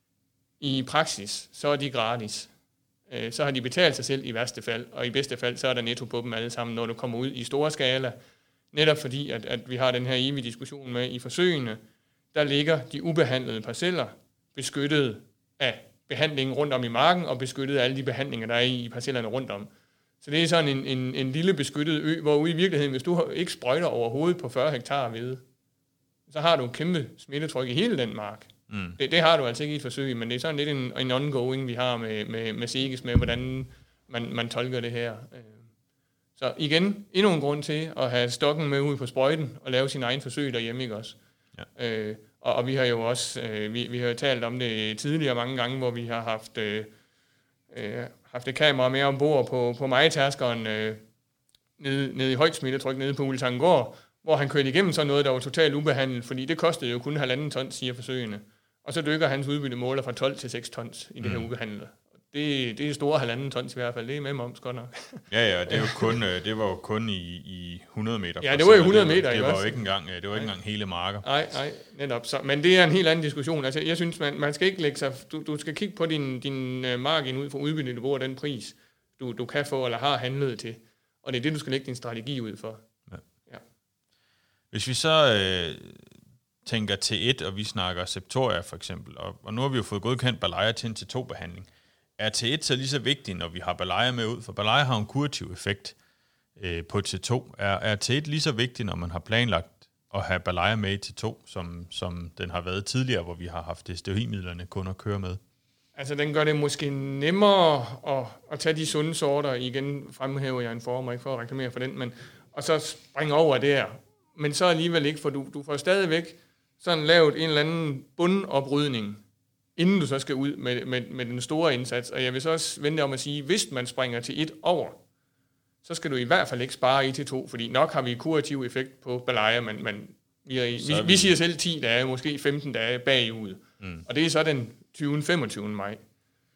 i praksis, så er de gratis. Så har de betalt sig selv i værste fald, og i bedste fald, så er der netto på dem alle sammen, når du kommer ud i store skala. Netop fordi, at, at vi har den her evige diskussion med i forsøgene, der ligger de ubehandlede parceller beskyttet af behandlingen rundt om i marken, og beskyttet af alle de behandlinger, der er i parcellerne rundt om. Så det er sådan en, en, en lille beskyttet ø, hvor ude i virkeligheden, hvis du ikke sprøjter overhovedet på fyrre hektar hvede, så har du en kæmpe smittetryk i hele den mark. Mm. Det, det har du altså ikke i et forsøg, men det er sådan lidt en, en ongoing, vi har med, med, med SEGES, med hvordan man, man tolker det her. Så igen, endnu en grund til at have stokken med ud på sprøjten og lave sin egen forsøg derhjemme, ikke også? Ja. Øh, og, og vi har jo også, øh, vi, vi har jo talt om det tidligere mange gange, hvor vi har haft, øh, øh, haft et kamera med ombord på, på majtærskeren øh, nede, nede i højt smittetryk, nede på Ultangård, hvor han kørte igennem sådan noget, der var totalt ubehandlet, fordi det kostede jo kun halvanden tons, siger forsøgene. Og så dykker hans udbyttemåler fra tolv til seks tons i det her mm. ubehandlede. Det, det er store halvanden tons i hvert fald, det er med moms godt nok.
Ja, ja, det, er jo kun, det var jo kun i, i hundrede meter.
Ja, det var jo hundrede meter,
det,
ikke
det var
også?
jo ikke engang, det var ikke engang hele marker.
Nej, nej, netop. Så, men det er en helt anden diskussion. Altså, jeg synes, man, man skal ikke lægge sig, du, du skal kigge på din, din margin ud for udbytteniveau og den pris, du, du kan få eller har handlet til. Og det er det, du skal lægge din strategi ud for. Ja. Ja.
Hvis vi så øh, tænker T et, og vi snakker Septoria for eksempel, og, og nu har vi jo fået godkendt Valaya til en T to behandling. Er T et så lige så vigtigt, når vi har Valaya med ud? For Valaya har en kurativ effekt øh, på T to. Er, er T et lige så vigtigt, når man har planlagt at have Valaya med i T to, som, som den har været tidligere, hvor vi har haft steroidmidlerne kun at køre med?
Altså, den gør det måske nemmere at, at tage de sunde sorter. Igen fremhæver jeg en form, ikke for at reklamere for den, men, og så springe over der. Men så alligevel ikke, for du, du får stadigvæk sådan lavet en eller anden bundoprydning, inden du så skal ud med, med, med den store indsats. Og jeg vil så også vente om at sige, hvis man springer til et over, så skal du i hvert fald ikke spare i til to, fordi nok har vi kurativ effekt på Valaya, men, men vi, er, vi, vi, vi siger selv ti dage, måske femten dage bagud. Mm. Og det er så den tyvende femogtyvende maj.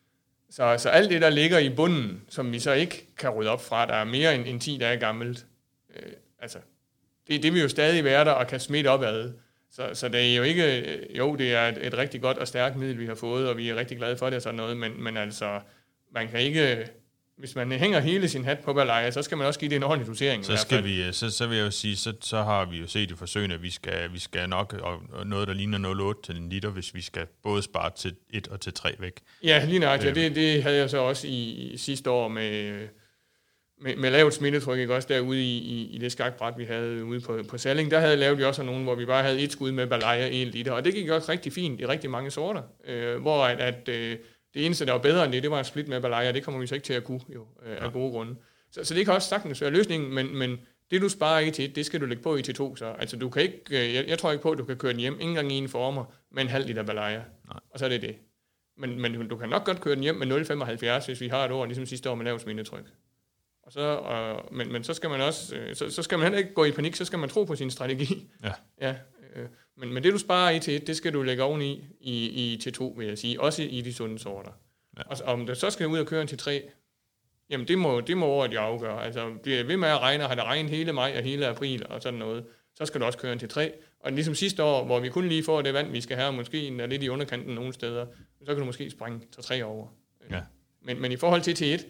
Så, så alt det, der ligger i bunden, som vi så ikke kan rydde op fra, der er mere end, end ti dage gammelt, øh, altså, det, det vil jo stadig være der og kan smitte opad. Så, så det er jo ikke, jo, det er et, et rigtig godt og stærkt middel, vi har fået, og vi er rigtig glade for det og sådan noget, men, men altså, man kan ikke, hvis man hænger hele sin hat på Balaya, så skal man også give det en ordentlig dosering.
Så skal vi, så, så vil jeg jo sige, så, så har vi jo set i forsøgene, at vi skal, vi skal nok, og noget, der ligner nul komma otte til en liter, hvis vi skal både spare til et og til tre væk.
Ja, lige nøjagtigt. Det, det havde jeg så også i, i sidste år med, med, med lavt smittetryk, ikke også derude i, i, i det skakbræt, vi havde ude på, på Salling. Der havde lavet vi også nogen, hvor vi bare havde et skud med Balaya en liter, og det gik også rigtig fint i rigtig mange sorter, øh, hvor at, at øh, det eneste, der var bedre end det, det var en split med Balaya, det kommer vi så ikke til at kunne, jo, øh, af gode grunde. Så, så det kan også sagtens være løsningen, men, men det du sparer i til et, det skal du lægge på i til to, så. Altså du kan ikke, øh, jeg, jeg tror ikke på, at du kan køre den hjem, ikke engang i en former, med en halv liter Balaya. Nej. Og så er det det. Men, men du kan nok godt køre den hjem med nul komma femoghalvfjerds, hvis vi har et år, ligesom sidste år med lavt smittetryk. Og så, øh, men, men så skal man også, øh, så, så skal man heller ikke gå i panik, så skal man tro på sin strategi.
Ja.
Ja, øh, men, men det du sparer i til et, det skal du lægge oveni i, i til to, vil jeg sige, også i de sunde sorter. Ja. Og om det så skal ud og køre en til tre, jamen det må, det må året jo afgøre. Altså bliver ved med at regne, og har det regnet hele maj og hele april og sådan noget, så skal du også køre en til tre. Og ligesom sidste år, hvor vi kun lige får det vand, vi skal have, måske er lidt i underkanten nogle steder, så kan du måske springe til tre over.
Ja.
Men, men i forhold til til et,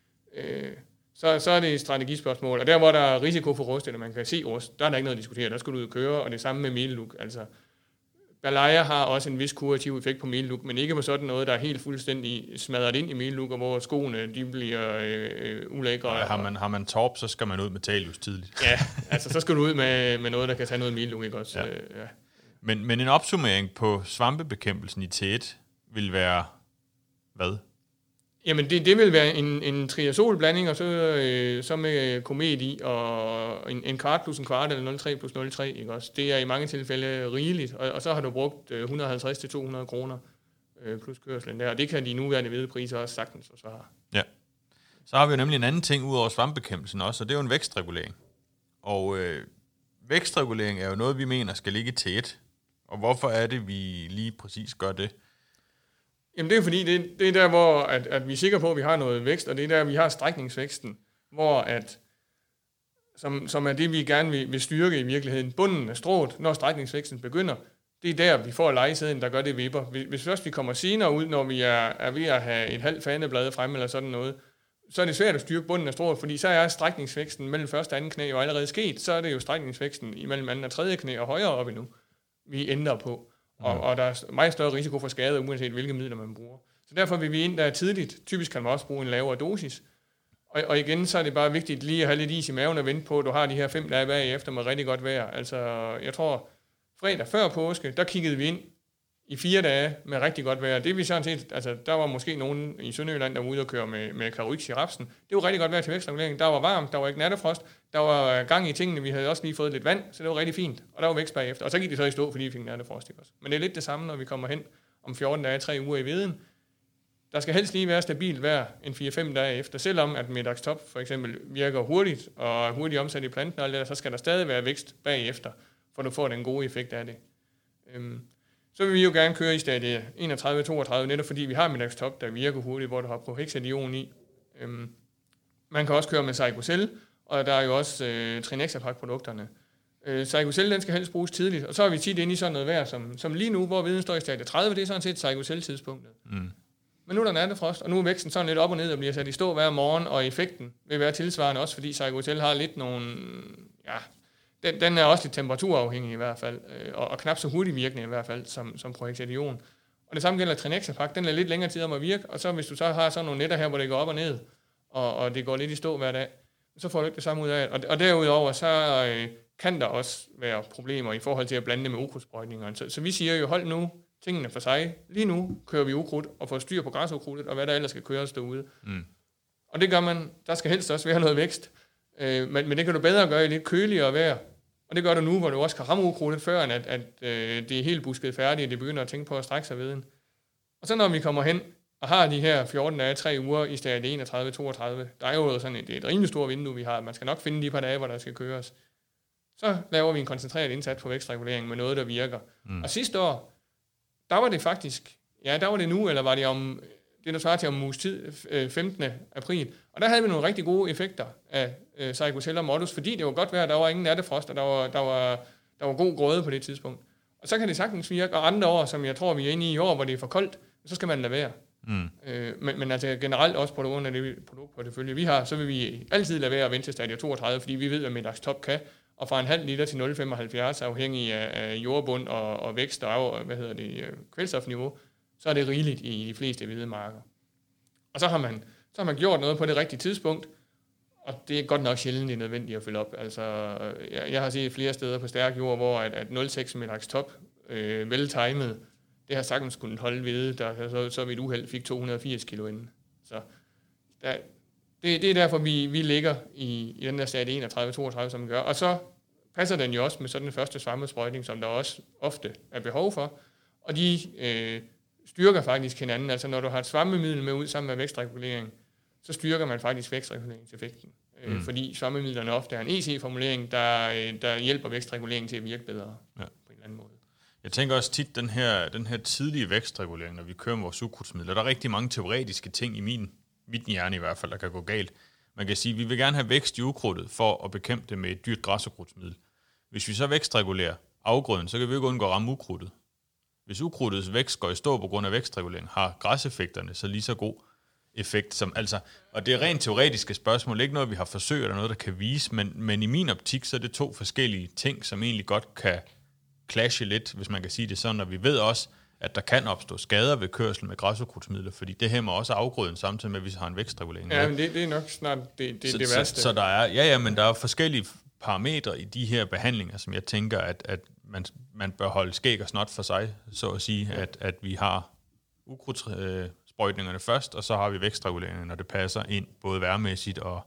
øh, så, så er det et strategispørgsmål. Og der, hvor der er risiko for rust, eller man kan se rust, der er der ikke noget at diskutere. Der skal du ud og køre, og det samme med melduk. Altså, Balaya har også en vis kurativ effekt på melduk, men ikke på sådan noget, der er helt fuldstændig smadret ind i melduk, og hvor skoene de bliver øh, ulækre.
Nej, har man, har man torp, så skal man ud med talius tidligt.
Ja, altså så skal du ud med, med noget, der kan tage noget melduk, ikke også?
Ja.
Øh, ja.
Men, men en opsummering på svampebekæmpelsen i T et vil være hvad?
Jamen det, det vil være en, en triazolblanding, og så, øh, så med komet i, og en, en kvart plus en kvart, eller nul komma tre plus nul komma tre, ikke også? Det er i mange tilfælde rigeligt, og, og så har du brugt et hundrede og halvtreds til to hundrede kroner øh, plus kørslen der, og det kan de nuværende hvedepriser også sagtens forsvare.
Ja. Så har vi jo nemlig en anden ting ud over svampebekæmpelsen også, og det er jo en vækstregulering. Og øh, vækstregulering er jo noget, vi mener skal ligge i T et. Og hvorfor er det, vi lige præcis gør det?
Jamen det er fordi, det, det er der, hvor at, at vi er sikre på, at vi har noget vækst, og det er der, vi har strækningsvæksten, hvor at, som, som er det, vi gerne vil, vil styrke i virkeligheden. Bunden af strået, når strækningsvæksten begynder, det er der, vi får lejesæden, der gør det vipper. Hvis først vi kommer senere ud, når vi er, er ved at have et halvt faneblad frem eller sådan noget, så er det svært at styrke bunden af strået, fordi så er strækningsvæksten mellem første og anden knæ jo allerede sket, så er det jo strækningsvæksten imellem anden og tredje knæ og højere op endnu, vi ændrer på. Og, og der er meget større risiko for skade, uanset hvilke midler man bruger. Så derfor vil vi ind der tidligt. Typisk kan man også bruge en lavere dosis. Og, og igen, så er det bare vigtigt lige at have lidt is i maven og vente på, at du har de her fem dage bagefter med rigtig godt vejr. Altså, jeg tror, fredag før påske, der kiggede vi ind i fire dage med rigtig godt vejr. Det vi sådan set, altså, der var måske nogen i Sønderjylland, der var ude og køre med, med Caruix i rapsen. Det var rigtig godt vejr til vækstregulering. Der var varmt, der var ikke nattefrost, der var gang i tingene, vi havde også lige fået lidt vand, så det var rigtig fint. Og der var vækst bagefter. Og så gik det så i stå, fordi vi fik nattefrost, ikke også? Men det er lidt det samme, når vi kommer hen om fjorten dage, tre uger i veden. Der skal helst lige være stabilt vejr en fire fem dage efter, selvom at middagstop for eksempel virker hurtigt og hurtigt omsat i planten, og alt det der, så skal der stadig være vækst bagefter, for du får den gode effekt af det. Øhm, Så vil vi jo gerne køre i stadie enogtredive toogtredive, netop fordi vi har middagstop, der virker hurtigt, hvor du har prohexadion i. Øhm, man kan også køre med Cygocel, og der er jo også øh, Trinexapac-produkterne. Øh, Cygocel, den skal helst bruges tidligt, og så er vi tit inde i sådan noget vejr, som, som lige nu, hvor viden står i stadie tredive, det er sådan set Cygocel-tidspunktet. Mm. Men nu er der nattefrost, og nu er væksten sådan lidt op og ned og bliver sat i stå hver morgen, og effekten vil være tilsvarende også, fordi Cygocel har lidt nogle, ja, Den, den er også lidt temperaturafhængig i hvert fald, øh, og, og knap så hurtigt virkende i hvert fald, som, som Prohexadion. Og det samme gælder Trinexapac, den er lidt længere tid om at virke, og så hvis du så har sådan nogle netter her, hvor det går op og ned, og, og det går lidt i stå hver dag, så får du ikke det samme ud af det. Og, og derudover, så øh, kan der også være problemer i forhold til at blande det med ukrudtsprøjtningerne. Så, så vi siger jo, hold nu tingene for sig. Lige nu kører vi ukrudt og får styr på græsukrudtet, og hvad der ellers skal køres derude. Mm. Og det gør man, der skal helst også være noget vækst, øh, men, men det kan du bedre gøre i lidt køligere vejr. Og det gør du nu, hvor du også kan ramme ukrudtet, før at, at øh, det er helt busket færdigt, og det begynder at tænke på at strække sig ved den. Og så når vi kommer hen og har de her fjorten dage, tre uger i stadie enogtredive toogtredive, der er jo sådan et, det er et rimelig stort vindue, vi har. Man skal nok finde de par dage, hvor der skal køres. Så laver vi en koncentreret indsats på vækstregulering med noget, der virker. Mm. Og sidste år, der var det faktisk, ja, der var det nu, eller var det om det der svarer til om uges tid, femtende april. Og der havde vi nogle rigtig gode effekter af øh, Cyrocella modus, fordi det var godt vejr, der var ingen nattefrost, og der var, der var, der var god grøde på det tidspunkt. Og så kan det sagtens virke, og andre år, som jeg tror, vi er inde i i år, hvor det er for koldt, så skal man lade være. Mm. Øh, men, men altså generelt også på grund af det produktportefølje, vi har, så vil vi altid lade være at vente til stadie toogtredive, fordi vi ved, hvad middagstop kan, og fra en halv liter til nul komma femoghalvfjerds, afhængig af, af jordbund og, og vækst og hvad hedder det, kvælstofniveau, så er det rigeligt i de fleste hvide marker. Og så har man, så har man gjort noget på det rigtige tidspunkt, og det er godt nok sjældent, det er nødvendigt at følge op. Altså, jeg, jeg har set flere steder på stærk jord, hvor at, at nul komma seks middagstop, øh, vel-timet, det har sagtens kunnet holde ved, der så, så ved et uheld fik to hundrede og firs kilo inden. Så der, det, det er derfor, vi, vi ligger i, i den der stadie enogtredive toogtredive, som vi gør. Og så passer den jo også med sådan den første svammesprøjtning, som der også ofte er behov for. Og de øh, styrker faktisk hinanden. Altså når du har et svammemiddel med ud sammen med vækstregulering, så styrker man faktisk vækstreguleringseffekten. Mm. Øh, fordi svammemidlerne ofte er en E C-formulering, der, der hjælper vækstreguleringen til at virke bedre ja. på en eller anden måde.
Jeg tænker også tit, den her, den her tidlige vækstregulering, når vi kører med vores ukrudtsmidler, der er rigtig mange teoretiske ting i min, mit hjerne i hvert fald, der kan gå galt. Man kan sige, at vi vil gerne have vækst i ukrudtet for at bekæmpe det med et dyrt græsukrudtsmiddel. Hvis vi så vækstregulerer afgrøden, så kan vi ikke undgå at ramme ukrudtet. Hvis ukrudtets vækst går i stå på grund af vækstregulering, har græseffekterne så lige så god effekt som altså. Og det er rent teoretiske spørgsmål, ikke noget, vi har forsøgt eller noget, der kan vise, men, men i min optik, så er det to forskellige ting, som egentlig godt kan clashe lidt, hvis man kan sige det sådan, og vi ved også, at der kan opstå skader ved kørsel med græsukrudtsmidler, fordi det hæmmer også afgrøden, samtidig med, at vi har en vækstregulering.
Ja, men det, det er nok snart det, det,
så,
det værste.
Så, så der er, ja, ja, men der er forskellige parametre i de her behandlinger, som jeg tænker, at, at man, man bør holde skæg og snot for sig, så at sige, ja. at, at vi har ukrudtssprøjtningerne først, og så har vi vækstreguleringen, når det passer ind, både værmæssigt og,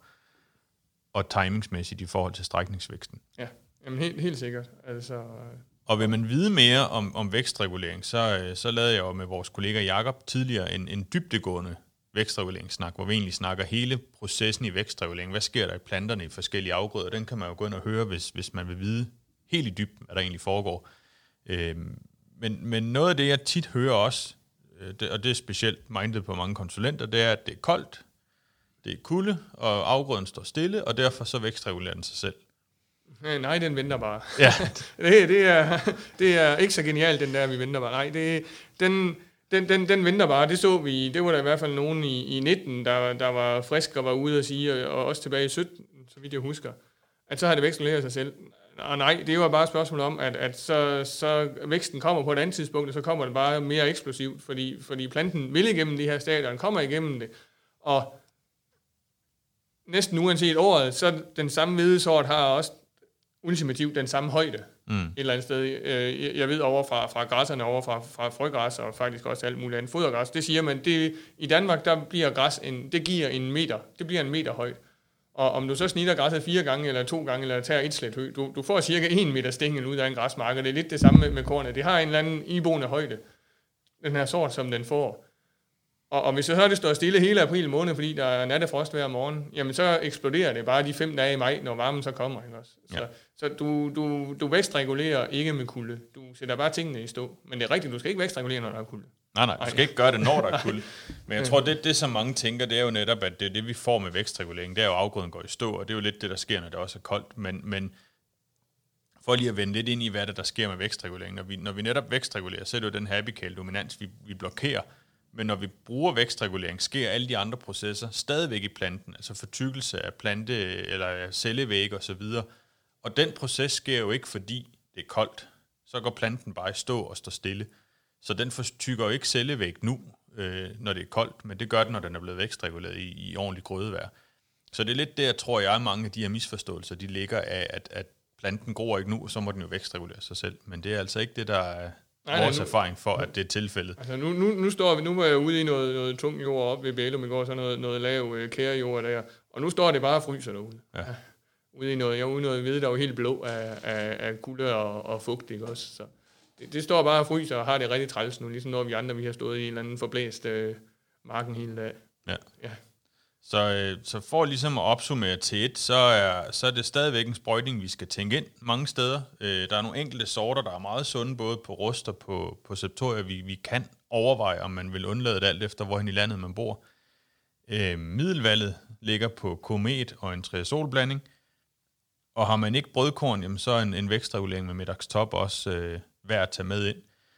og timingsmæssigt i forhold til strækningsvæksten.
Ja, jamen helt, helt sikkert. Altså...
Og vil man vide mere om, om vækstregulering, så, så lavede jeg jo med vores kollega Jakob tidligere en, en dybdegående vækstreguleringssnak, hvor vi egentlig snakker hele processen i vækstregulering. Hvad sker der i planterne i forskellige afgrøder? Den kan man jo gå ind og høre, hvis, hvis man vil vide helt i dybden, hvad der egentlig foregår. Øhm, men, men noget af det, jeg tit hører også, øh, det, og det er specielt mindet på mange konsulenter, det er, at det er koldt, det er kulde, og afgrøden står stille, og derfor så vækstregulerer den sig selv.
Nej, den venter bare.
Ja.
det, det, er, det er ikke så genialt, den der, vi venter bare. Nej, det, den, den, den, den venter bare. Det så vi, det var der i hvert fald nogen i, i nitten, der, der var frisk og var ude at sige, og også tilbage i sytten, så vidt jeg husker, at så har det vækstreguleret sig selv. Og nej, det var bare et spørgsmål om, at, at så, så væksten kommer på et andet tidspunkt, og så kommer det bare mere eksplosivt, fordi, fordi planten vil igennem de her stadier, den kommer igennem det, og næsten uanset året, så den samme hvedesort har også ultimativt den samme højde mm. et eller andet sted. Jeg ved over fra, fra græsserne, over fra, fra frøgræs og faktisk også alt muligt andet fodergræs. Det siger man, det, i Danmark der bliver græs, en, det giver en meter, det bliver en meter højt. Og om du så snitter græsset fire gange, eller to gange, eller tager et slet hø, du, du får cirka en meter stængel ud af en græsmark, og det er lidt det samme med, med kornet. Det har en eller anden iboende højde, den her sort, som den får. Og, og hvis så det står stille hele april måned, fordi der er nattefrost hver morgen, jamen så eksploderer det bare de fem dage i maj, når varmen så kommer. Ikke også? Så, ja. så du, du, du vækstregulerer ikke med kulde. Du sætter bare tingene i stå. Men det er rigtigt, du skal ikke vækstregulere, når der er kulde.
Nej, nej, du skal ikke gøre det, når der er kulde. Men jeg tror, det, det som mange tænker, det er jo netop, at det, det vi får med vækstregulering, det er jo, afgrøden går i stå, og det er jo lidt det, der sker, når det også er koldt. Men, men for lige at vende lidt ind i, hvad det der sker med vækstregulering, når vi, når vi netop vækstregulerer, så er det jo den her apikale dominans, vi, vi blokerer. Men når vi bruger vækstregulering, sker alle de andre processer stadigvæk i planten, altså fortykkelse af plante eller cellevæg og så videre. Og den proces sker jo ikke, fordi det er koldt. Så går planten bare i stå og står stille. Så den fortykker jo ikke cellevæg nu, øh, når det er koldt, men det gør den, når den er blevet vækstreguleret i, i ordentligt grødevejr. Så det er lidt det, jeg tror, jeg mange af de her misforståelser, de ligger af, at, at planten gror ikke nu, og så må den jo vækstregulere sig selv. Men det er altså ikke det, der er nej, vores nej, nu, erfaring for, at det er tilfældet. Altså
nu, nu, nu står vi, nu var jeg ude i noget, noget tung jord op ved Bælum i går, så noget, noget lav øh, kærejord der, og nu står det bare og fryser derude. Ja. Ja. Ude i noget, jeg ude i noget hvide, der er jo helt blå af, af, af kulde og, og fugt, ikke også? Så det, det står bare og fryser og har det rigtig træls nu, ligesom når vi andre, vi har stået i en eller anden forblæst øh, marken hele dag.
Ja. Ja. Så, øh, så for ligesom at opsummere til et, så er, så er det stadigvæk en sprøjtning, vi skal tænke ind mange steder. Øh, der er nogle enkelte sorter, der er meget sunde, både på rust og på, på septorier, vi, vi kan overveje, om man vil undlade det alt efter, hvorhen i landet man bor. Øh, middelvalget ligger på komet og en triazolblanding, og har man ikke brødkorn, jamen, så er en, en vækstregulering med Middags-Top også øh, værd at tage med ind.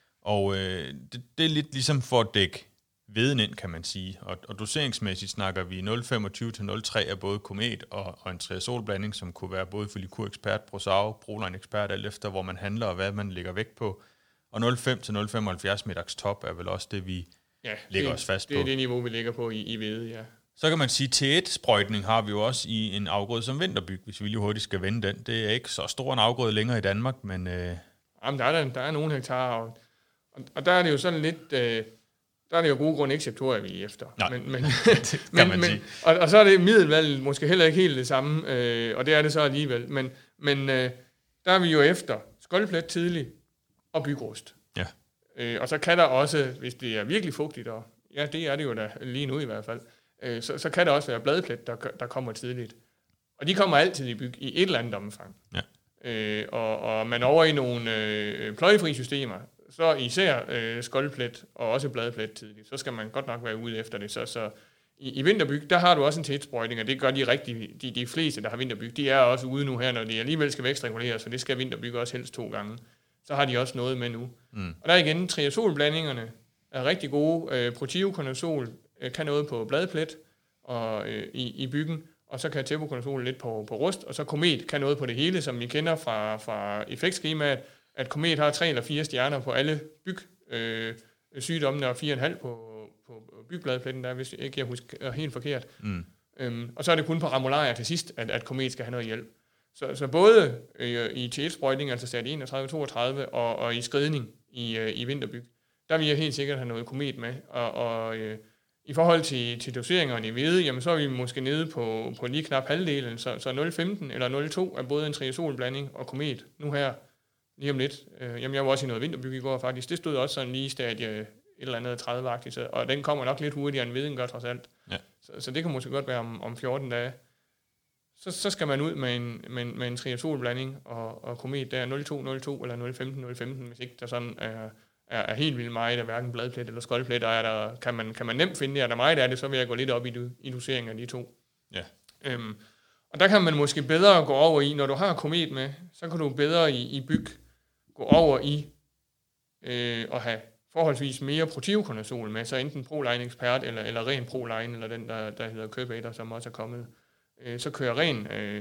Og øh, det, det er lidt ligesom for at dække veden ind, kan man sige. Og, og doseringsmæssigt snakker vi nul komma femogtyve til nul komma tre af både komet og, og en triazolblanding, som kunne være både for Likur-ekspert, Prosaro, Proline-ekspert, alt efter hvor man handler og hvad man lægger vægt på. Og nul komma fem til nul komma femoghalvfjerds Middags-Top er vel også det, vi ja, lægger
det,
os fast
det
på.
Det er det niveau, vi ligger på i, i hvede, ja.
Så kan man sige, at T et-sprøjtning har vi jo også i en afgrøde som vinterbyg, hvis vi lige hurtigt skal vende den. Det er ikke så stor en afgrøde længere i Danmark, men... Øh...
Jamen, der er, der, der er nogle hektarer, og, og der er det jo sådan lidt... Øh, der er det jo gode grunde ikke septoria, vi er efter.
Nej,
men, men,
det kan man
men,
sige.
Og, og så er det middelvalget måske heller ikke helt det samme, øh, og det er det så alligevel. Men, men øh, der er vi jo efter skoldplet tidlig og bygrust.
Ja.
Øh, og så kan der også, hvis det er virkelig fugtigt, og ja, det er det jo da lige nu i hvert fald, øh, så, så kan der også være bladplet, der, der kommer tidligt. Og de kommer altid i byg i et eller andet omfang.
Ja.
Øh, og, og man over i nogle øh, pløjefri systemer, så især øh, skoldplet og også bladplet tidligt, så skal man godt nok være ude efter det. Så, så i, i vinterbyg, der har du også en tætsprøjtning, og det gør de rigtig, de, de fleste, der har vinterbyg, de er også ude nu her, når de alligevel skal vækstreguleres, så det skal vinterbyg også helst to gange. Så har de også noget med nu. Mm. Og der igen, triazolblandingerne er rigtig gode. Øh, Protivconazol øh, kan noget på bladplet og øh, i, i byggen, og så kan tebuconazol lidt på, på rust, og så komet kan noget på det hele, som vi kender fra, fra effektskemaet, at komet har tre eller fire stjerner på alle byg øh, sygdommene, og fire og en halv på, på bygbladpletten, der hvis ikke jeg husker helt forkert. Mm. Øhm, og så er det kun på ramularia til sidst, at, at komet skal have noget hjælp. Så, så både øh, i T et-sprøjtning, altså stadie enogtredive toogtredive, og, og i skridning i, øh, i vinterbyg, der vil jeg helt sikkert have noget komet med. Og, og øh, i forhold til, til doseringerne i hvede, jamen så er vi måske nede på, på lige knap halvdelen, så, så nul komma femten eller nul komma to er både en triazolblanding og komet nu her. Lige om lidt. Øh, jamen, jeg var også i noget vinterbyg i går, faktisk. Det stod også sådan lige i stadie et eller andet tredive-agtigt, og den kommer nok lidt hurtigere end veden gør, trods alt. Ja. Så, så det kan måske godt være om, om fjorten dage. Så, så skal man ud med en, med en, med en triazolblanding og, og komet der nul komma to, nul komma to eller nul komma femten, nul komma femten, hvis ikke der sådan er, er, er helt vildt meget af hverken bladplet eller skoldplet, og er der, kan, man, kan man nemt finde det, er der meget af det, så vil jeg gå lidt op i, i doseringen af de to. Ja. Øhm, og der kan man måske bedre gå over i, når du har komet med, så kan du bedre i, i byg gå over i øh, at have forholdsvis mere protivconazol med, så enten Proline Expert eller, eller ren Proline, eller den, der, der hedder Købater, som også er kommet. Øh, så kører ren, øh,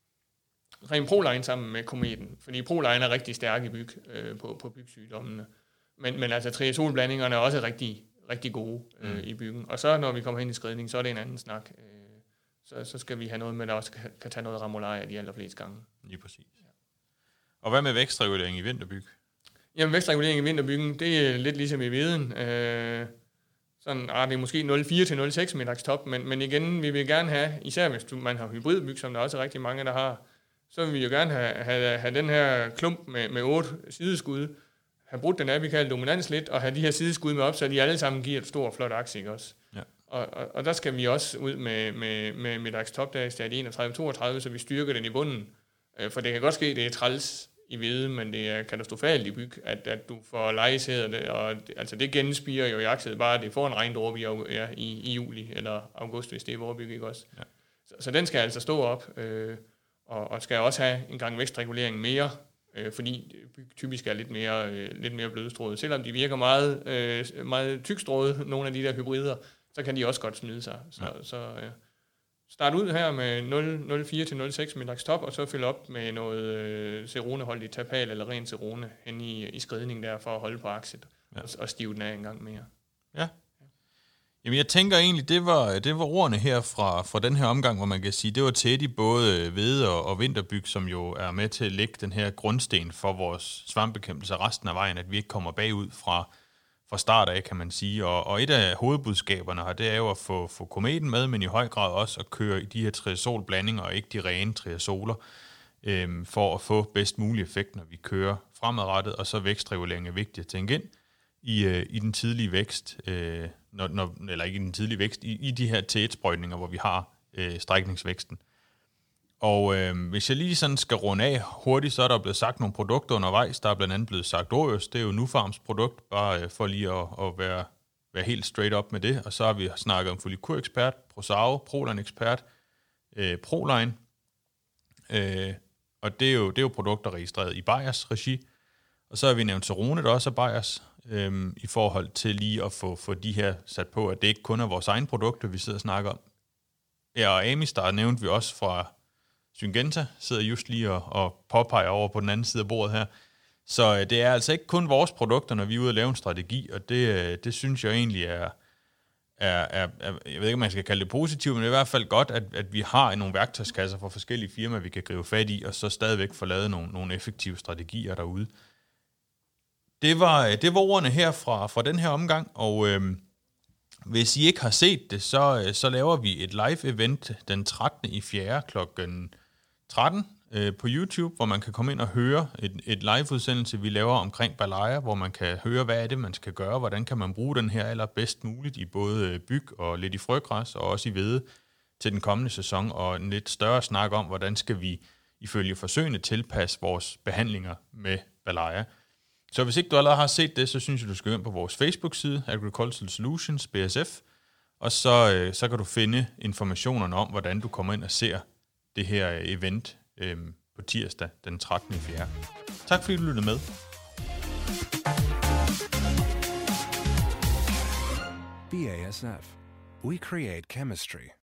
ren Proline sammen med kometen, fordi Proline er rigtig stærk i byg øh, på, på bygsygdommene. Men, men altså triazolblandingerne er også rigtig, rigtig gode øh, mm. i byggen. Og så når vi kommer hen i skridning, så er det en anden snak. Øh, så, så skal vi have noget med, der også kan, kan tage noget ramularia de allerfleste gange.
Lige præcis. Og hvad med vækstregulering i vinterbyg?
Jamen, vækstregulering i vinterbyggen, det er lidt ligesom i hveden. Øh, sådan, ah, det er måske nul komma fire til nul komma seks Middags-Top, men, men igen, vi vil gerne have, især hvis du, man har hybridbyg, som der også er rigtig mange, der har, så vil vi jo gerne have, have, have den her klump med, med otte sideskud, have brudt den apikale dominans lidt, og have de her sideskud med op, så de alle sammen giver et stort, flot akse, ikke også? Ja. Og, og, og der skal vi også ud med, med, med Middags-Top, der er i stadie enogtredive toogtredive, så vi styrker den i bunden. For det kan godt ske, det er træls i hvede, men det er katastrofalt i byg, at, at du får lejesæder det, og det, altså det genspirer jo i akset, bare det får en regndråbe i, ja, i, i juli eller august, hvis det er vores byg, ikke også? Ja. Så, så den skal altså stå op, øh, og, og skal også have en gang vækstregulering mere, øh, fordi byg typisk er lidt mere, øh, lidt mere blødstrådet. Selvom de virker meget, øh, meget tykstråede, nogle af de der hybrider, så kan de også godt smide sig. Så, ja. så øh, start ud her med nul komma fire til nul komma seks Middags-Top, og så følge op med noget øh, seroneholdigt tapal eller ren serone hen i, i skridning der, for at holde på akset, ja. og, og stive den af en gang mere.
Ja. Jamen jeg tænker egentlig, det var, det var ordene her fra, fra den her omgang, hvor man kan sige, det var tæt i både hvede og, og vinterbyg, som jo er med til at lægge den her grundsten for vores svampebekæmpelse resten af vejen, at vi ikke kommer bagud fra fra start af, kan man sige. Og, og et af hovedbudskaberne her, det er jo at få, få kometen med, men i høj grad også at køre i de her triazolblandinger, og ikke de rene triazoler, øhm, for at få bedst mulig effekt, når vi kører fremadrettet, og så vækstregulering er vigtigt at tænke ind i, øh, i den tidlige vækst, øh, når, når, eller ikke i den tidlige vækst, i, i de her T et-sprøjtninger, hvor vi har øh, strækningsvæksten. Og øh, hvis jeg lige sådan skal runde af hurtigt, så er der blevet sagt nogle produkter undervejs. Der er blandt andet blevet sagt Orios, det er jo Nufarms produkt, bare øh, for lige at, at være, være helt straight up med det. Og så har vi snakket om Folikur Expert, Prosaro, Proline Expert, øh, Proline. Øh, og det er, jo, det er jo produkter registreret i Bayers regi. Og så har vi nævnt Cerone, der også er Bayers, øh, i forhold til lige at få, få de her sat på, at det ikke kun er vores egne produkter, vi sidder og snakker om. Ja, og Amistar nævnte vi også fra Syngenta, sidder just lige og, og påpeger over på den anden side af bordet her. Så øh, det er altså ikke kun vores produkter, når vi er ude og lave en strategi, og det, øh, det synes jeg egentlig er, er, er, er, jeg ved ikke, om man skal kalde det positivt, men det er i hvert fald godt, at, at vi har nogle værktøjskasser fra forskellige firmaer, vi kan gribe fat i, og så stadigvæk få lavet nogle, nogle effektive strategier derude. Det var, det var ordene her fra, fra den her omgang, og øh, hvis I ikke har set det, så, så laver vi et live-event den trettende i fjerde klokken tretten øh, på YouTube, hvor man kan komme ind og høre et, et live-udsendelse, vi laver omkring Balaya, hvor man kan høre, hvad er det, man skal gøre, hvordan kan man bruge den her allerbedst muligt i både byg og lidt i frøgræs, og også i hvede til den kommende sæson, og en lidt større snak om, hvordan skal vi ifølge forsøgene tilpasse vores behandlinger med Balaya. Så hvis ikke du allerede har set det, så synes jeg, du skal ind på vores Facebook-side, Agricultural Solutions, B S F, og så, øh, så kan du finde informationerne om, hvordan du kommer ind og ser det her event øh, på tirsdag den trettende i fjerde Tak fordi du lyttede med.
B A S F. We create chemistry.